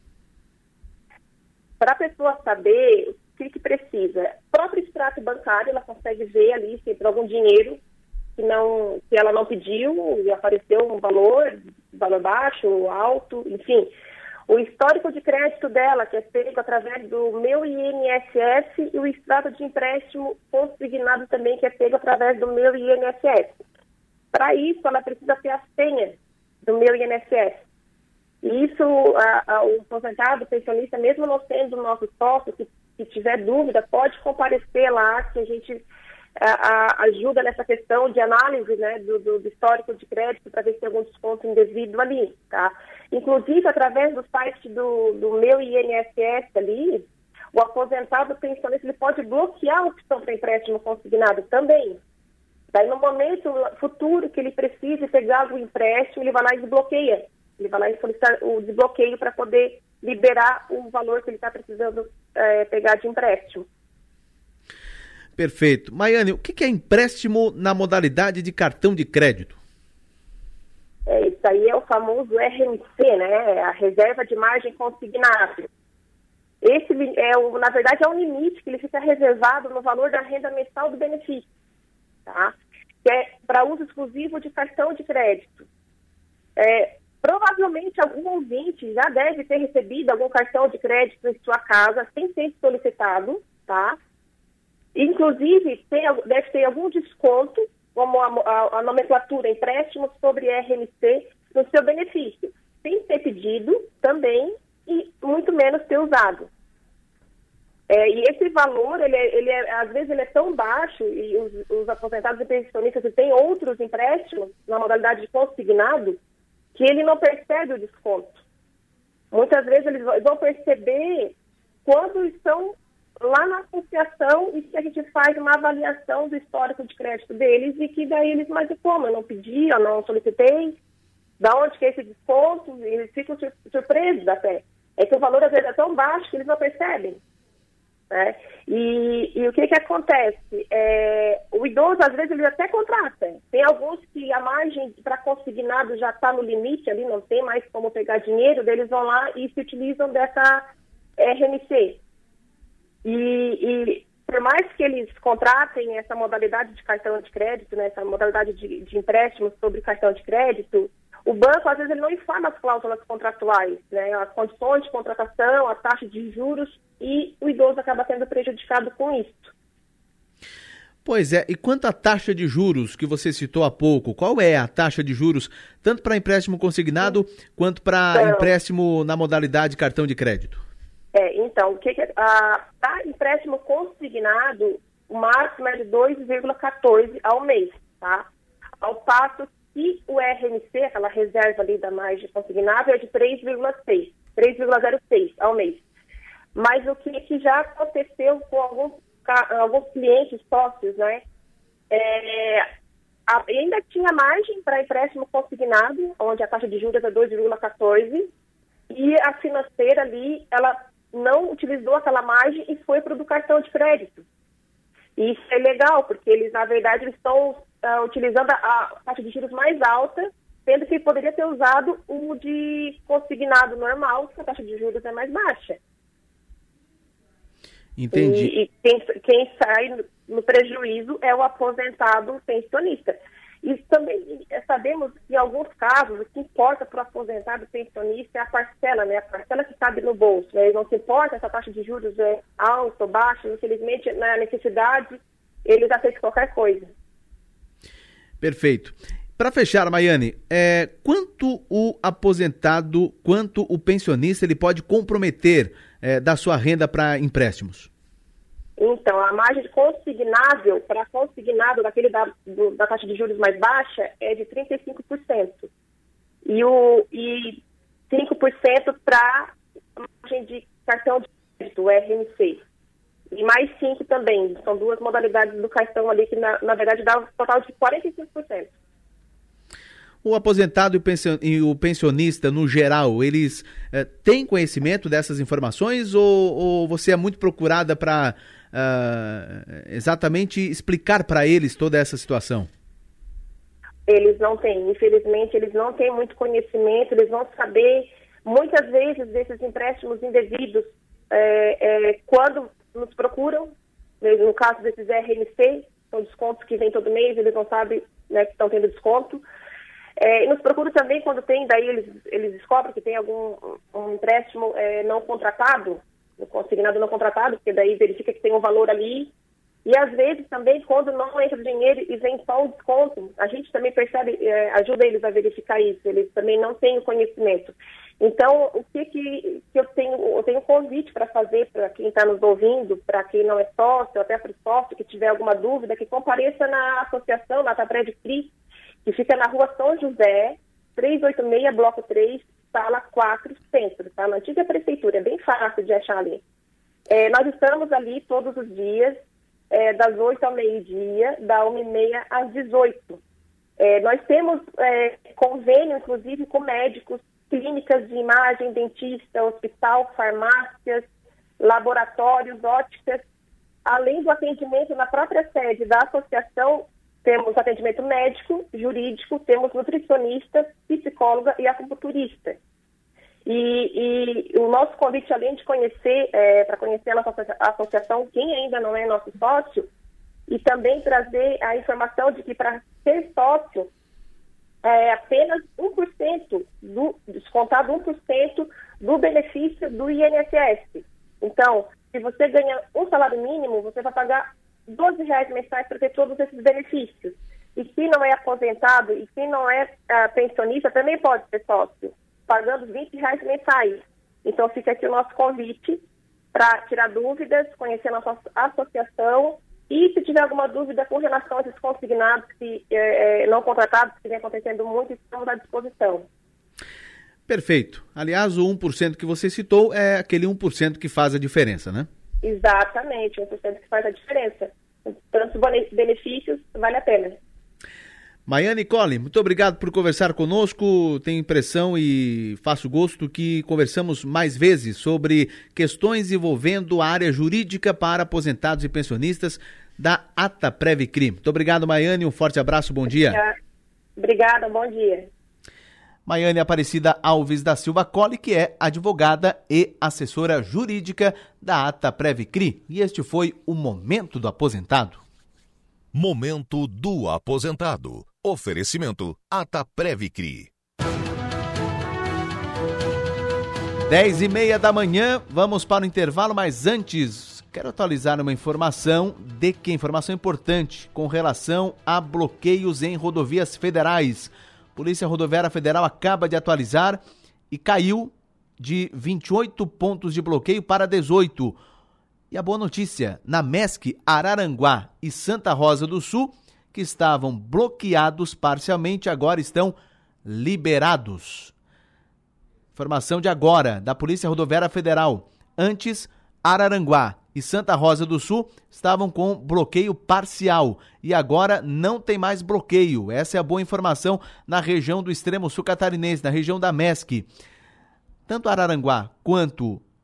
Speaker 20: Para a pessoa saber o que, que precisa, o próprio extrato bancário, ela consegue ver ali se tem algum dinheiro que, não, que ela não pediu e apareceu um valor, valor baixo, alto, enfim. O histórico de crédito dela, que é feito através do Meu I N S S, e o extrato de empréstimo consignado também, que é feito através do Meu I N S S. Para isso, ela precisa ter a senha do Meu I N S S. E isso, a, a, o aposentado, o pensionista, mesmo não sendo nosso sócio, que, que tiver dúvida, pode comparecer lá, que a gente a, a, ajuda nessa questão de análise, né, do, do, do histórico de crédito para ver se tem algum desconto indevido ali, tá? Inclusive, através do site do, do Meu I N S S ali, o aposentado pensionista ele pode bloquear a opção para empréstimo consignado também. Daí, no momento futuro que ele precise pegar o empréstimo, ele vai lá e desbloqueia. Ele vai lá e solicita o desbloqueio para poder liberar o valor que ele está precisando é, pegar de empréstimo.
Speaker 1: Perfeito. Maiane, o que é empréstimo na modalidade de cartão de crédito?
Speaker 20: É, isso aí é o famoso R M C, né? A reserva de margem consignada. Esse, é o, na verdade, é um limite que ele fica reservado no valor da renda mensal do benefício, tá? Que é para uso exclusivo de cartão de crédito. É, provavelmente algum ouvinte já deve ter recebido algum cartão de crédito em sua casa sem ter solicitado, tá? Inclusive, tem, deve ter algum desconto, como a, a, a nomenclatura empréstimo sobre R M C, no seu benefício, sem ter pedido também e muito menos ter usado. É, e esse valor, ele, é, ele é, às vezes, ele é tão baixo, e os, os aposentados e pensionistas que têm outros empréstimos na modalidade de consignado, que ele não percebe o desconto. Muitas vezes eles vão perceber quando estão lá na associação e que a gente faz uma avaliação do histórico de crédito deles e que daí eles, mas como? Eu não pedi, eu não solicitei, da onde que é esse desconto? E eles ficam surpresos até. É que o valor às vezes é tão baixo que eles não percebem. Né? E, e o que que acontece? É, o idoso, às vezes, ele até contrata. Tem alguns que a margem para consignado já está no limite ali, não tem mais como pegar dinheiro, eles vão lá e se utilizam dessa R M C. E, e por mais que eles contratem essa modalidade de cartão de crédito, né, essa modalidade de, de empréstimo sobre cartão de crédito, o banco, às vezes, ele não informa as cláusulas contratuais, né, as condições de contratação, a taxa de juros, e o idoso acaba sendo prejudicado com isso.
Speaker 1: Pois é, e quanto à taxa de juros que você citou há pouco, qual é a taxa de juros, tanto para empréstimo consignado, Sim. quanto para então, empréstimo na modalidade cartão de crédito?
Speaker 20: É, então, o que que a para empréstimo consignado, o máximo é de dois vírgula quatorze ao mês, tá? Ao passo que o R M C, aquela reserva ali da margem consignável, é de três vírgula seis, três vírgula zero seis ao mês. Mas o que, que já aconteceu com alguns, alguns clientes sócios, né? É, a, ainda tinha margem para empréstimo consignado, onde a taxa de juros é dois vírgula quatorze, e a financeira ali, ela não utilizou aquela margem e foi para o do cartão de crédito. E isso é legal, porque eles, na verdade, eles estão uh, utilizando a, a taxa de juros mais alta, sendo que poderia ter usado o de consignado normal, que a taxa de juros é mais baixa.
Speaker 1: Entendi.
Speaker 20: E, e quem, quem sai no prejuízo é o aposentado pensionista. E também sabemos que, em alguns casos, o que importa para o aposentado pensionista é a parcela, né? A parcela que cabe no bolso. Né? Não se importa se a taxa de juros é alta ou baixa, infelizmente, na necessidade, eles aceitam qualquer coisa.
Speaker 1: Perfeito. Para fechar, Maiane, é, quanto o aposentado, quanto o pensionista, ele pode comprometer é, da sua renda para empréstimos?
Speaker 20: Então, a margem consignável para consignado daquele da, do, da taxa de juros mais baixa é de trinta e cinco por cento. E, o, e cinco por cento para a margem de cartão de crédito, o R M C. E mais cinco por cento também. São duas modalidades do cartão ali que, na, na verdade, dá um total de quarenta e cinco por cento.
Speaker 1: O aposentado e o pensionista, no geral, eles eh, têm conhecimento dessas informações ou, ou você é muito procurada para uh, exatamente explicar para eles toda essa situação?
Speaker 20: Eles não têm, infelizmente, eles não têm muito conhecimento, eles vão saber, muitas vezes, desses empréstimos indevidos, é, é, quando nos procuram, no caso desses R M C, são descontos que vêm todo mês, eles não sabem, né, que estão tendo desconto. É, nos procuram também quando tem, daí eles, eles descobrem que tem algum um empréstimo é, não contratado, consignado não contratado, porque daí verifica que tem um valor ali. E às vezes também quando não entra o dinheiro e vem só o desconto, a gente também percebe, é, ajuda eles a verificar isso, eles também não têm o conhecimento. Então, o que, que, que eu tenho, eu tenho um convite para fazer para quem está nos ouvindo, para quem não é sócio, até para o sócio que tiver alguma dúvida, que compareça na associação, na ATAPREV C R I, que fica na rua São José, trezentos e oitenta e seis, bloco três, sala quatro, centro, tá? Na antiga prefeitura, é bem fácil de achar ali. É, nós estamos ali todos os dias, é, das oito ao meio-dia, da uma e meia às dezoito. É, nós temos é, convênio, inclusive, com médicos, clínicas de imagem, dentista, hospital, farmácias, laboratórios, óticas, além do atendimento na própria sede da associação. Temos atendimento médico, jurídico, temos nutricionista, psicóloga e acupunturista. E, e o nosso convite, além de conhecer, é, para conhecer a nossa associação, quem ainda não é nosso sócio, e também trazer a informação de que para ser sócio, é apenas um por cento, do, descontado um por cento do benefício do I N S S. Então, se você ganha um salário mínimo, você vai pagar doze reais mensais para ter todos esses benefícios. E quem não é aposentado e quem não é uh, pensionista também pode ser sócio, pagando vinte reais mensais. Então fica aqui o nosso convite para tirar dúvidas, conhecer a nossa associação e se tiver alguma dúvida com relação a esses consignados que, eh, não contratados, que vem acontecendo muito, estamos à disposição.
Speaker 1: Perfeito. Aliás, o um por cento que você citou é aquele um por cento que faz a diferença, né?
Speaker 20: Exatamente, um por cento que faz a diferença. Tantos benefícios, vale a pena.
Speaker 1: Maiane Colli, muito obrigado por conversar conosco. Tenho impressão e faço gosto que conversamos mais vezes sobre questões envolvendo a área jurídica para aposentados e pensionistas da ATAPREV C R I. Muito obrigado, Maiane. Um forte abraço, bom dia.
Speaker 20: Obrigada, bom dia.
Speaker 1: Maiane Aparecida Alves da Silva Colli, que é advogada e assessora jurídica da ATAPREV C R I. E este foi o Momento do Aposentado.
Speaker 2: Momento do Aposentado. Oferecimento ATAPREV C R I.
Speaker 1: Dez e meia da manhã, vamos para o intervalo, mas antes quero atualizar uma informação de que informação importante com relação a bloqueios em rodovias federais. Polícia Rodoviária Federal acaba de atualizar e caiu de vinte e oito pontos de bloqueio para dezoito. E a boa notícia, na MESC, Araranguá e Santa Rosa do Sul, que estavam bloqueados parcialmente, agora estão liberados. Informação de agora, da Polícia Rodoviária Federal. Antes, Araranguá e Santa Rosa do Sul estavam com bloqueio parcial e agora não tem mais bloqueio. Essa é a boa informação na região do extremo sul catarinense, na região da MESC. Tanto Araranguá quanto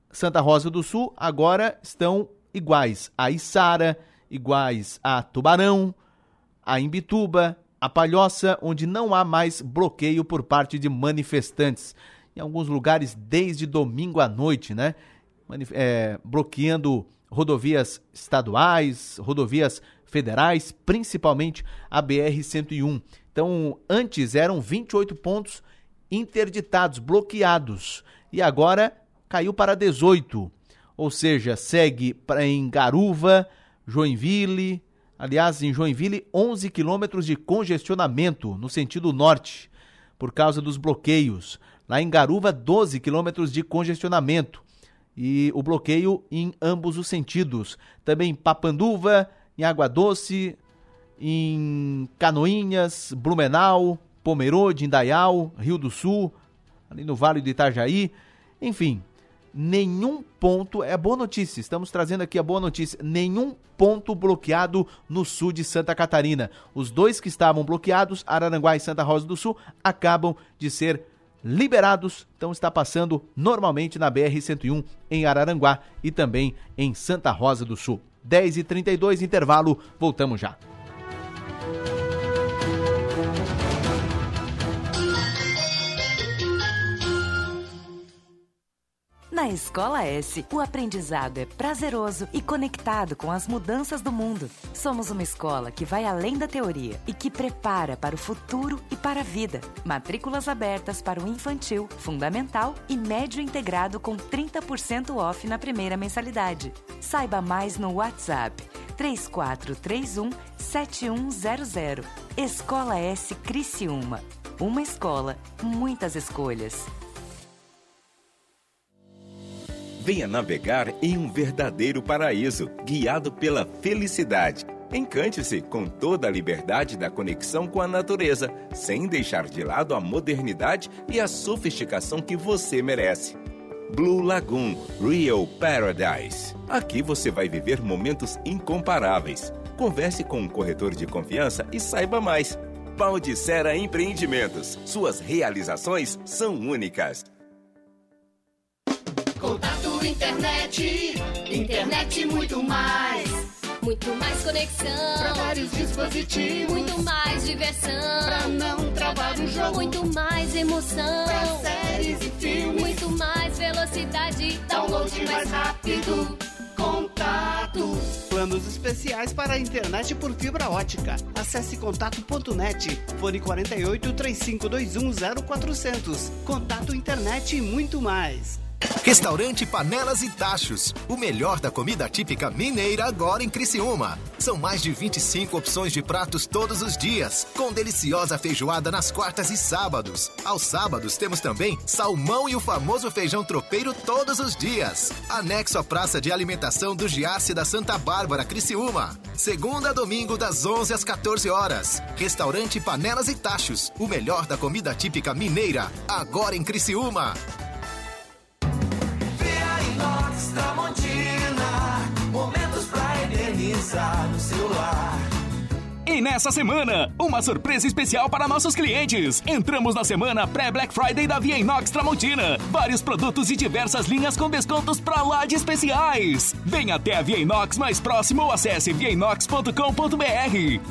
Speaker 1: Santa Rosa do Sul agora estão iguais a Içara, iguais a Tubarão, a Imbituba, a Palhoça, onde não há mais bloqueio por parte de manifestantes. Em alguns lugares desde domingo à noite, né? Manif- é, bloqueando rodovias estaduais, rodovias federais, principalmente a B R cento e um. Então, antes eram vinte e oito pontos interditados, bloqueados, e agora caiu para dezoito. Ou seja, segue pra, em Garuva, Joinville, aliás, em Joinville, onze quilômetros de congestionamento no sentido norte, por causa dos bloqueios. Lá em Garuva, doze quilômetros de congestionamento, e o bloqueio em ambos os sentidos. Também em Papanduva, em Água Doce, em Canoinhas, Blumenau, Pomerode, Indaial, Rio do Sul, ali no Vale do Itajaí, enfim, nenhum ponto, é boa notícia, estamos trazendo aqui a boa notícia, nenhum ponto bloqueado no sul de Santa Catarina. Os dois que estavam bloqueados, Araranguá e Santa Rosa do Sul, acabam de ser liberados, então está passando normalmente na B R cento e um em Araranguá e também em Santa Rosa do Sul. dez e trinta e dois, intervalo, voltamos já.
Speaker 21: Na Escola S, o aprendizado é prazeroso e conectado com as mudanças do mundo. Somos uma escola que vai além da teoria e que prepara para o futuro e para a vida. Matrículas abertas para o infantil, fundamental e médio integrado com trinta por cento off na primeira mensalidade. Saiba mais no WhatsApp três quatro três um, sete um zero zero. Escola S Criciúma. Uma escola, muitas escolhas.
Speaker 6: Venha navegar em um verdadeiro paraíso, guiado pela felicidade. Encante-se com toda a liberdade da conexão com a natureza, sem deixar de lado a modernidade e a sofisticação que você merece. Blue Lagoon Real Paradise. Aqui você vai viver momentos incomparáveis. Converse com um corretor de confiança e saiba mais. Paldicera Empreendimentos. Suas realizações são únicas.
Speaker 22: Contato internet, internet muito mais.
Speaker 23: Muito mais conexão.
Speaker 22: Pra vários dispositivos.
Speaker 23: Muito mais diversão.
Speaker 22: Pra não travar o jogo.
Speaker 23: Muito mais emoção.
Speaker 22: Pra séries e filmes.
Speaker 23: Muito mais velocidade.
Speaker 22: Download mais rápido. Contato.
Speaker 24: Planos especiais para a internet por fibra ótica. Acesse contato ponto net. Fone quarenta e oito, trinta e cinco vinte e um, zero quatrocentos. Contato internet e muito mais.
Speaker 25: Restaurante Panelas e Tachos, o melhor da comida típica mineira agora em Criciúma. São mais de vinte e cinco opções de pratos todos os dias, com deliciosa feijoada nas quartas e sábados. Aos sábados temos também salmão e o famoso feijão tropeiro todos os dias. Anexo à Praça de Alimentação do Giasse da Santa Bárbara, Criciúma. Segunda a domingo das onze às quatorze horas. Restaurante Panelas e Tachos, o melhor da comida típica mineira agora em Criciúma.
Speaker 8: Inox Tramontina, momentos pra eternizar no celular.
Speaker 26: E nessa semana, uma surpresa especial para nossos clientes. Entramos na semana pré-Black Friday da Via Inox Tramontina. Vários produtos de diversas linhas com descontos pra lá de especiais. Venha até a Via Inox mais próximo ou acesse via inox ponto com ponto b r.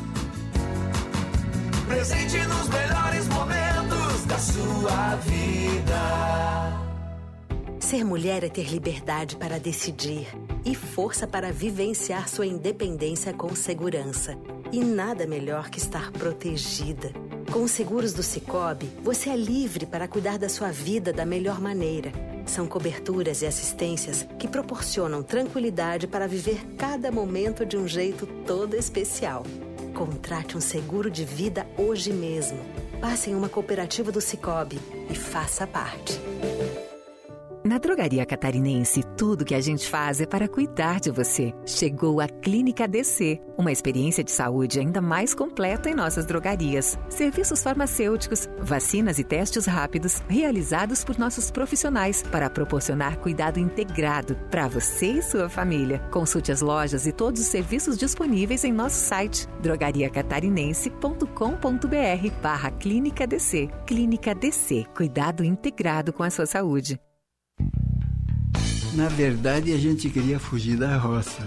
Speaker 8: Presente nos melhores momentos da sua vida.
Speaker 17: Ser mulher é ter liberdade para decidir e força para vivenciar sua independência com segurança. E nada melhor que estar protegida. Com os seguros do Sicoob, você é livre para cuidar da sua vida da melhor maneira. São coberturas e assistências que proporcionam tranquilidade para viver cada momento de um jeito todo especial. Contrate um seguro de vida hoje mesmo. Passe em uma cooperativa do Sicoob e faça parte.
Speaker 27: Na Drogaria Catarinense, tudo que a gente faz é para cuidar de você. Chegou a Clínica D C, uma experiência de saúde ainda mais completa em nossas drogarias. Serviços farmacêuticos, vacinas e testes rápidos realizados por nossos profissionais para proporcionar cuidado integrado para você e sua família. Consulte as lojas e todos os serviços disponíveis em nosso site drogaria catarinense ponto com ponto b r barra Clínica D C. Clínica D C, cuidado integrado com a sua saúde.
Speaker 3: Na verdade, a gente queria fugir da roça.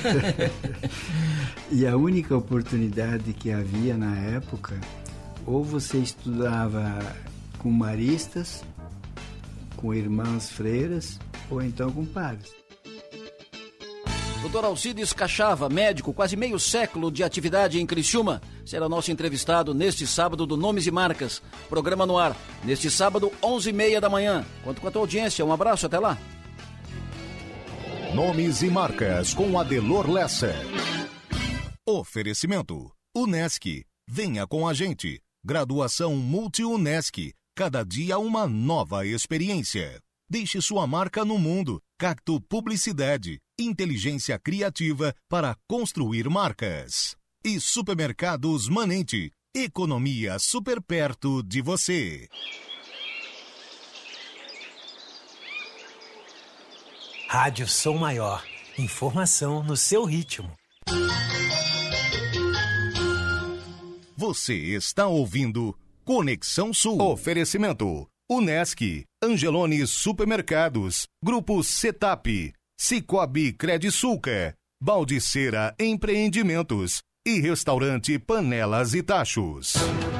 Speaker 3: E a única oportunidade que havia na época, ou você estudava com maristas, com irmãs freiras, ou então com padres.
Speaker 7: doutor Alcides Cachava, médico, quase meio século de atividade em Criciúma, será nosso entrevistado neste sábado do Nomes e Marcas. Programa no ar, neste sábado, onze e meia da manhã. Conto com a tua audiência. Um abraço, até lá.
Speaker 2: Nomes e Marcas, com Adelor Lessa. Oferecimento, Unesc. Venha com a gente. Graduação Multi-Unesc. Cada dia uma nova experiência. Deixe sua marca no mundo. Cacto Publicidade. Inteligência criativa para construir marcas. E Supermercados Manente. Economia super perto de você.
Speaker 12: Rádio Som Maior. Informação no seu ritmo.
Speaker 2: Você está ouvindo Conexão Sul. Oferecimento. Unesc. Angelone Supermercados. Grupo Setap. Cicobi Credisulca. Baldiceira Empreendimentos. E Restaurante Panelas e Tachos.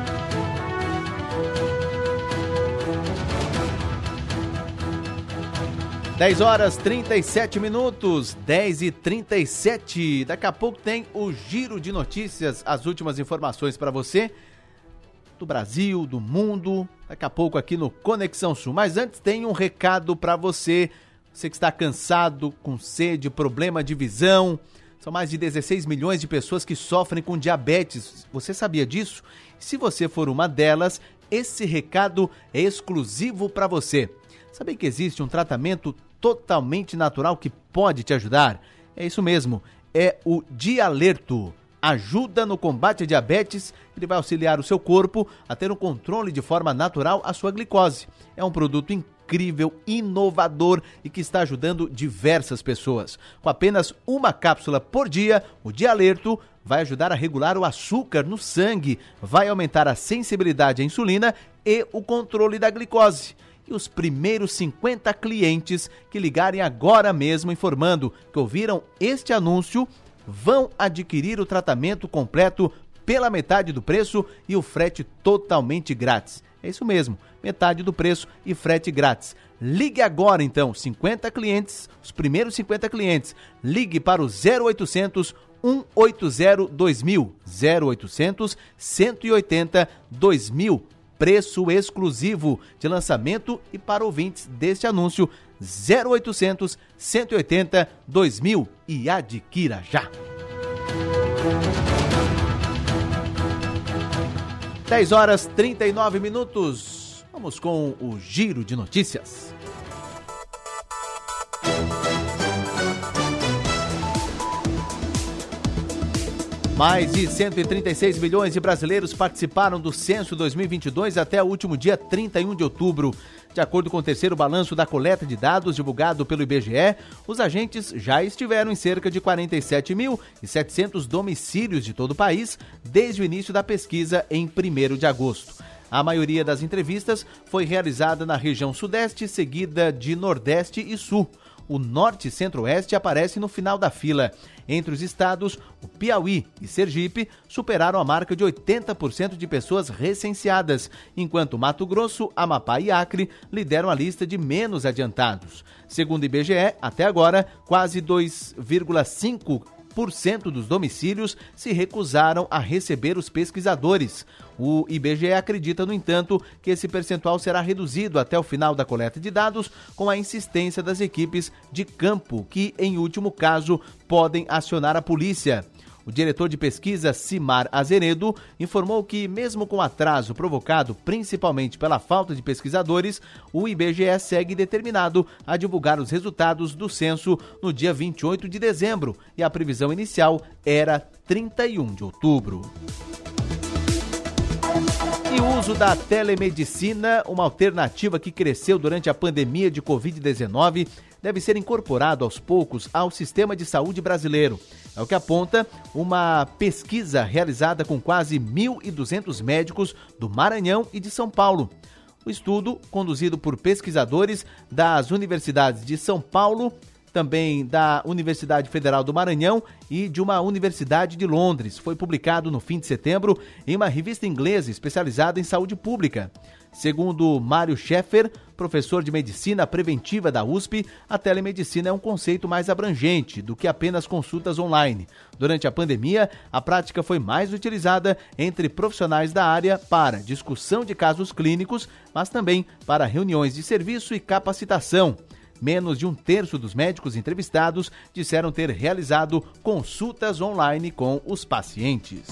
Speaker 1: dez horas e trinta e sete minutos, dez e trinta e sete. Daqui a pouco tem o Giro de Notícias, as últimas informações para você do Brasil, do mundo, daqui a pouco aqui no Conexão Sul. Mas antes tem um recado para você, você que está cansado, com sede, problema de visão. São mais de dezesseis milhões de pessoas que sofrem com diabetes. Você sabia disso? Se você for uma delas, esse recado é exclusivo para você. Sabia que existe um tratamento totalmente natural que pode te ajudar? É isso mesmo, é o Dialerto. Ajuda no combate à diabetes, ele vai auxiliar o seu corpo a ter um controle de forma natural a sua glicose. É um produto incrível, inovador e que está ajudando diversas pessoas. Com apenas uma cápsula por dia, o Dialerto vai ajudar a regular o açúcar no sangue, vai aumentar a sensibilidade à insulina e o controle da glicose. E os primeiros cinquenta clientes que ligarem agora mesmo informando que ouviram este anúncio vão adquirir o tratamento completo pela metade do preço e o frete totalmente grátis. É isso mesmo, metade do preço e frete grátis. Ligue agora então, cinquenta clientes, os primeiros cinquenta clientes, ligue para o zero oitocentos, um oito zero, dois mil, zero oitocentos, cento e oitenta, dois mil. Preço exclusivo de lançamento e para ouvintes deste anúncio, zero oitocentos, cento e oitenta, dois mil e adquira já. dez horas e trinta e nove minutos. Vamos com o Giro de Notícias. Mais de cento e trinta e seis milhões de brasileiros participaram do Censo dois mil e vinte e dois até o último dia trinta e um de outubro. De acordo com o terceiro balanço da coleta de dados divulgado pelo I B G E, os agentes já estiveram em cerca de quarenta e sete mil e setecentos domicílios de todo o país desde o início da pesquisa em primeiro de agosto. A maioria das entrevistas foi realizada na região sudeste, seguida de nordeste e sul. O norte e centro-oeste aparece no final da fila. Entre os estados, o Piauí e Sergipe superaram a marca de oitenta por cento de pessoas recenseadas, enquanto Mato Grosso, Amapá e Acre lideram a lista de menos adiantados. Segundo o I B G E, até agora, quase dois vírgula cinco por cento dos domicílios se recusaram a receber os pesquisadores. O I B G E acredita, no entanto, que esse percentual será reduzido até o final da coleta de dados com a insistência das equipes de campo, que, em último caso, podem acionar a polícia. O diretor de pesquisa, Cimar Azeredo, informou que, mesmo com atraso provocado principalmente pela falta de pesquisadores, o I B G E segue determinado a divulgar os resultados do censo no dia vinte e oito de dezembro e a previsão inicial era trinta e um de outubro. E o uso da telemedicina, uma alternativa que cresceu durante a pandemia de covid dezenove, deve ser incorporado aos poucos ao sistema de saúde brasileiro. É o que aponta uma pesquisa realizada com quase mil e duzentos médicos do Maranhão e de São Paulo. O estudo, conduzido por pesquisadores das universidades de São Paulo, também da Universidade Federal do Maranhão e de uma universidade de Londres, foi publicado no fim de setembro em uma revista inglesa especializada em saúde pública. Segundo Mário Schaeffer, professor de medicina preventiva da U S P, a telemedicina é um conceito mais abrangente do que apenas consultas online. Durante a pandemia, a prática foi mais utilizada entre profissionais da área para discussão de casos clínicos, mas também para reuniões de serviço e capacitação. Menos de um terço dos médicos entrevistados disseram ter realizado consultas online com os pacientes.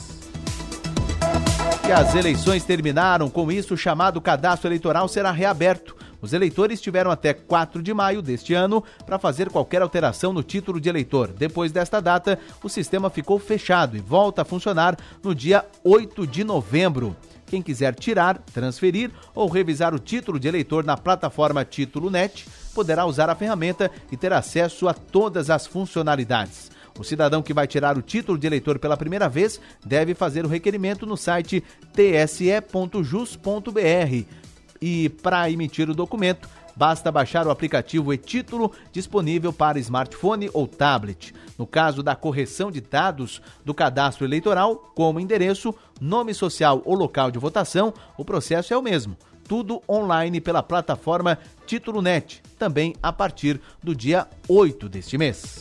Speaker 1: E as eleições terminaram, com isso o chamado cadastro eleitoral será reaberto. Os eleitores tiveram até quatro de maio deste ano para fazer qualquer alteração no título de eleitor. Depois desta data, o sistema ficou fechado e volta a funcionar no dia oito de novembro. Quem quiser tirar, transferir ou revisar o título de eleitor na plataforma Título Net poderá usar a ferramenta e ter acesso a todas as funcionalidades. O cidadão que vai tirar o título de eleitor pela primeira vez deve fazer o requerimento no site t s e ponto jus ponto b r e, para emitir o documento, basta baixar o aplicativo e-Título disponível para smartphone ou tablet. No caso da correção de dados do cadastro eleitoral, como endereço, nome social ou local de votação, o processo é o mesmo. Tudo online pela plataforma Título Net, também a partir do dia oito deste mês.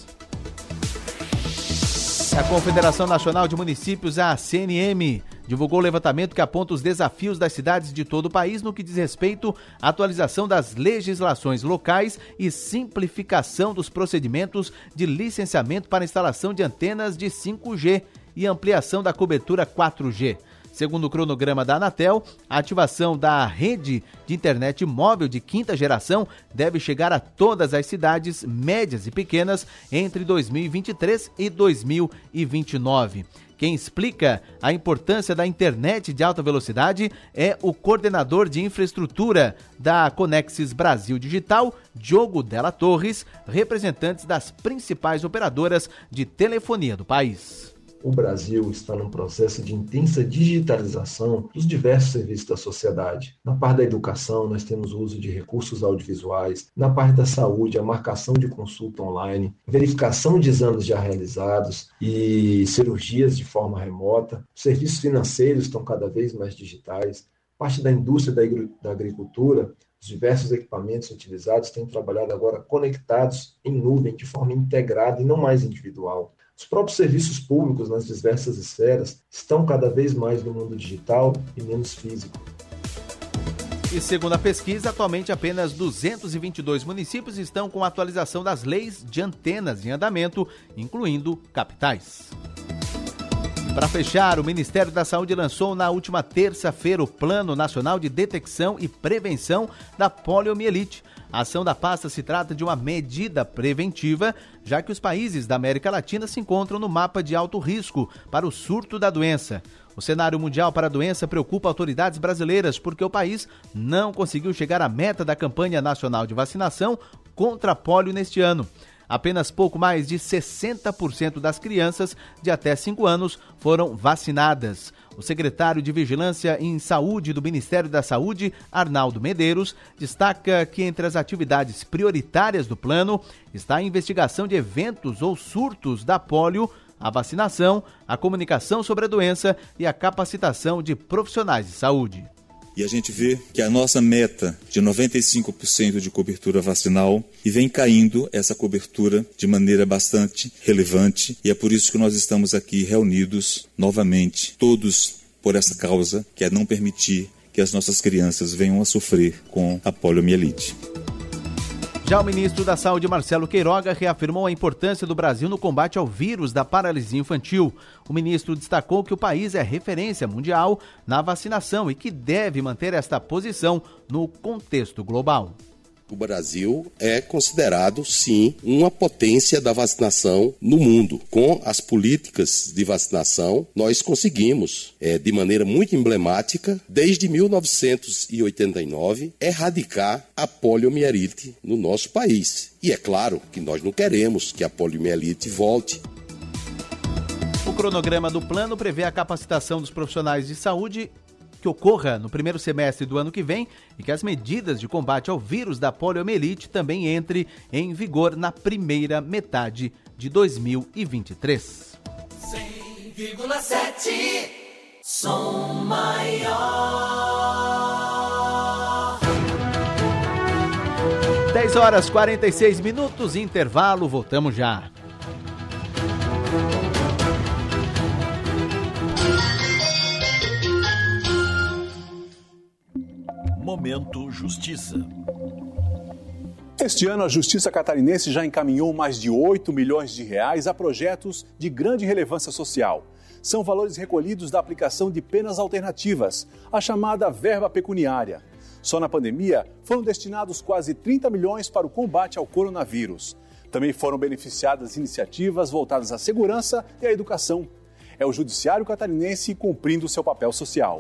Speaker 1: A Confederação Nacional de Municípios, a C N M, divulgou o levantamento que aponta os desafios das cidades de todo o país no que diz respeito à atualização das legislações locais e simplificação dos procedimentos de licenciamento para instalação de antenas de cinco G e ampliação da cobertura quatro G. Segundo o cronograma da Anatel, a ativação da rede de internet móvel de quinta geração deve chegar a todas as cidades médias e pequenas entre dois mil e vinte e três e dois mil e vinte e nove. Quem explica a importância da internet de alta velocidade é o coordenador de infraestrutura da Conexis Brasil Digital, Diogo Della Torres, representantes das principais operadoras de telefonia do país.
Speaker 9: O Brasil está num processo de intensa digitalização dos diversos serviços da sociedade. Na parte da educação, nós temos o uso de recursos audiovisuais. Na parte da saúde, a marcação de consulta online, verificação de exames já realizados e cirurgias de forma remota. Os serviços financeiros estão cada vez mais digitais. Parte da indústria da agricultura, os diversos equipamentos utilizados têm trabalhado agora conectados em nuvem de forma integrada e não mais individual. Os próprios serviços públicos nas diversas esferas estão cada vez mais no mundo digital e menos físico.
Speaker 1: E segundo a pesquisa, atualmente apenas duzentos e vinte e dois municípios estão com a atualização das leis de antenas em andamento, incluindo capitais. Para fechar, o Ministério da Saúde lançou na última terça-feira o Plano Nacional de Detecção e Prevenção da Poliomielite. A ação da pasta se trata de uma medida preventiva, já que os países da América Latina se encontram no mapa de alto risco para o surto da doença. O cenário mundial para a doença preocupa autoridades brasileiras porque o país não conseguiu chegar à meta da campanha nacional de vacinação contra a polio neste ano. Apenas pouco mais de sessenta por cento das crianças de até cinco anos foram vacinadas. O secretário de Vigilância em Saúde do Ministério da Saúde, Arnaldo Medeiros, destaca que entre as atividades prioritárias do plano está a investigação de eventos ou surtos da polio, a vacinação, a comunicação sobre a doença e a capacitação de profissionais de saúde.
Speaker 10: E a gente vê que a nossa meta de noventa e cinco por cento de cobertura vacinal e vem caindo essa cobertura de maneira bastante relevante. E é por isso que nós estamos aqui reunidos novamente, todos por essa causa, que é não permitir que as nossas crianças venham a sofrer com a poliomielite.
Speaker 1: Já o ministro da Saúde, Marcelo Queiroga, reafirmou a importância do Brasil no combate ao vírus da paralisia infantil. O ministro destacou que o país é referência mundial na vacinação e que deve manter esta posição no contexto global.
Speaker 11: O Brasil é considerado, sim, uma potência da vacinação no mundo. Com as políticas de vacinação, nós conseguimos, é, de maneira muito emblemática, desde mil novecentos e oitenta e nove, erradicar a poliomielite no nosso país. E é claro que nós não queremos que a poliomielite volte.
Speaker 1: O cronograma do plano prevê a capacitação dos profissionais de saúde que ocorra no primeiro semestre do ano que vem e que as medidas de combate ao vírus da poliomielite também entre em vigor na primeira metade de dois mil e vinte e três.
Speaker 22: cem vírgula sete Som Maior.
Speaker 1: dez horas e quarenta e seis minutos, intervalo, voltamos já.
Speaker 4: Momento Justiça.
Speaker 5: Este ano, a Justiça Catarinense já encaminhou mais de oito milhões de reais a projetos de grande relevância social. São valores recolhidos da aplicação de penas alternativas, a chamada verba pecuniária. Só na pandemia, foram destinados quase trinta milhões para o combate ao coronavírus. Também foram beneficiadas iniciativas voltadas à segurança e à educação. É o Judiciário Catarinense cumprindo seu papel social.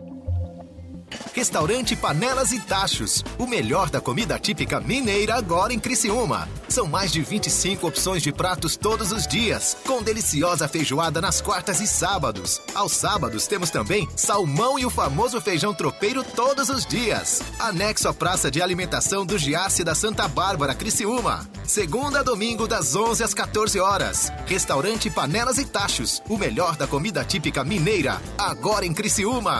Speaker 25: Restaurante Panelas e Tachos, o melhor da comida típica mineira agora em Criciúma. São mais de vinte e cinco opções de pratos todos os dias, com deliciosa feijoada nas quartas e sábados. Aos sábados temos também salmão e o famoso feijão tropeiro todos os dias. Anexo à Praça de Alimentação do Giasse da Santa Bárbara, Criciúma. Segunda a domingo das onze às quatorze horas. Restaurante Panelas e Tachos, o melhor da comida típica mineira agora em Criciúma.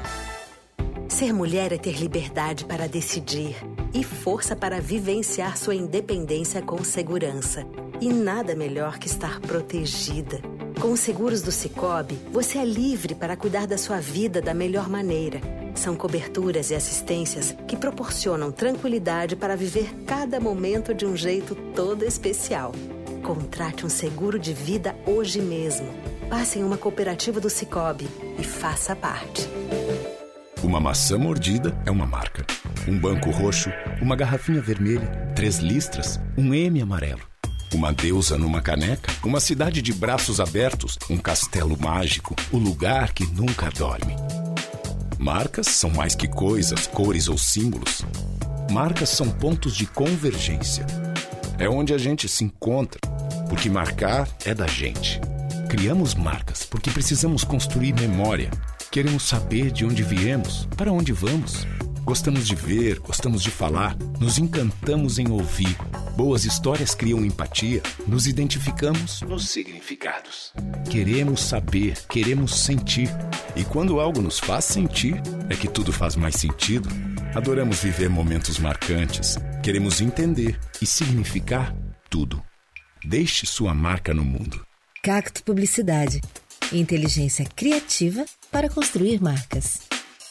Speaker 17: Ser mulher é ter liberdade para decidir e força para vivenciar sua independência com segurança. E nada melhor que estar protegida. Com os seguros do Sicoob, você é livre para cuidar da sua vida da melhor maneira. São coberturas e assistências que proporcionam tranquilidade para viver cada momento de um jeito todo especial. Contrate um seguro de vida hoje mesmo. Passe em uma cooperativa do Sicoob e faça parte.
Speaker 13: Uma maçã mordida é uma marca. Um banco roxo, uma garrafinha vermelha, três listras, um M amarelo. Uma deusa numa caneca, uma cidade de braços abertos, um castelo mágico, o lugar que nunca dorme. Marcas são mais que coisas, cores ou símbolos. Marcas são pontos de convergência. É onde a gente se encontra, porque marcar é da gente. Criamos marcas porque precisamos construir memória. Queremos saber de onde viemos, para onde vamos. Gostamos de ver, gostamos de falar, nos encantamos em ouvir. Boas histórias criam empatia, nos identificamos nos significados. Queremos saber, queremos sentir. E quando algo nos faz sentir, é que tudo faz mais sentido. Adoramos viver momentos marcantes. Queremos entender e significar tudo. Deixe sua marca no mundo.
Speaker 14: Cacto Publicidade. Inteligência criativa para construir marcas.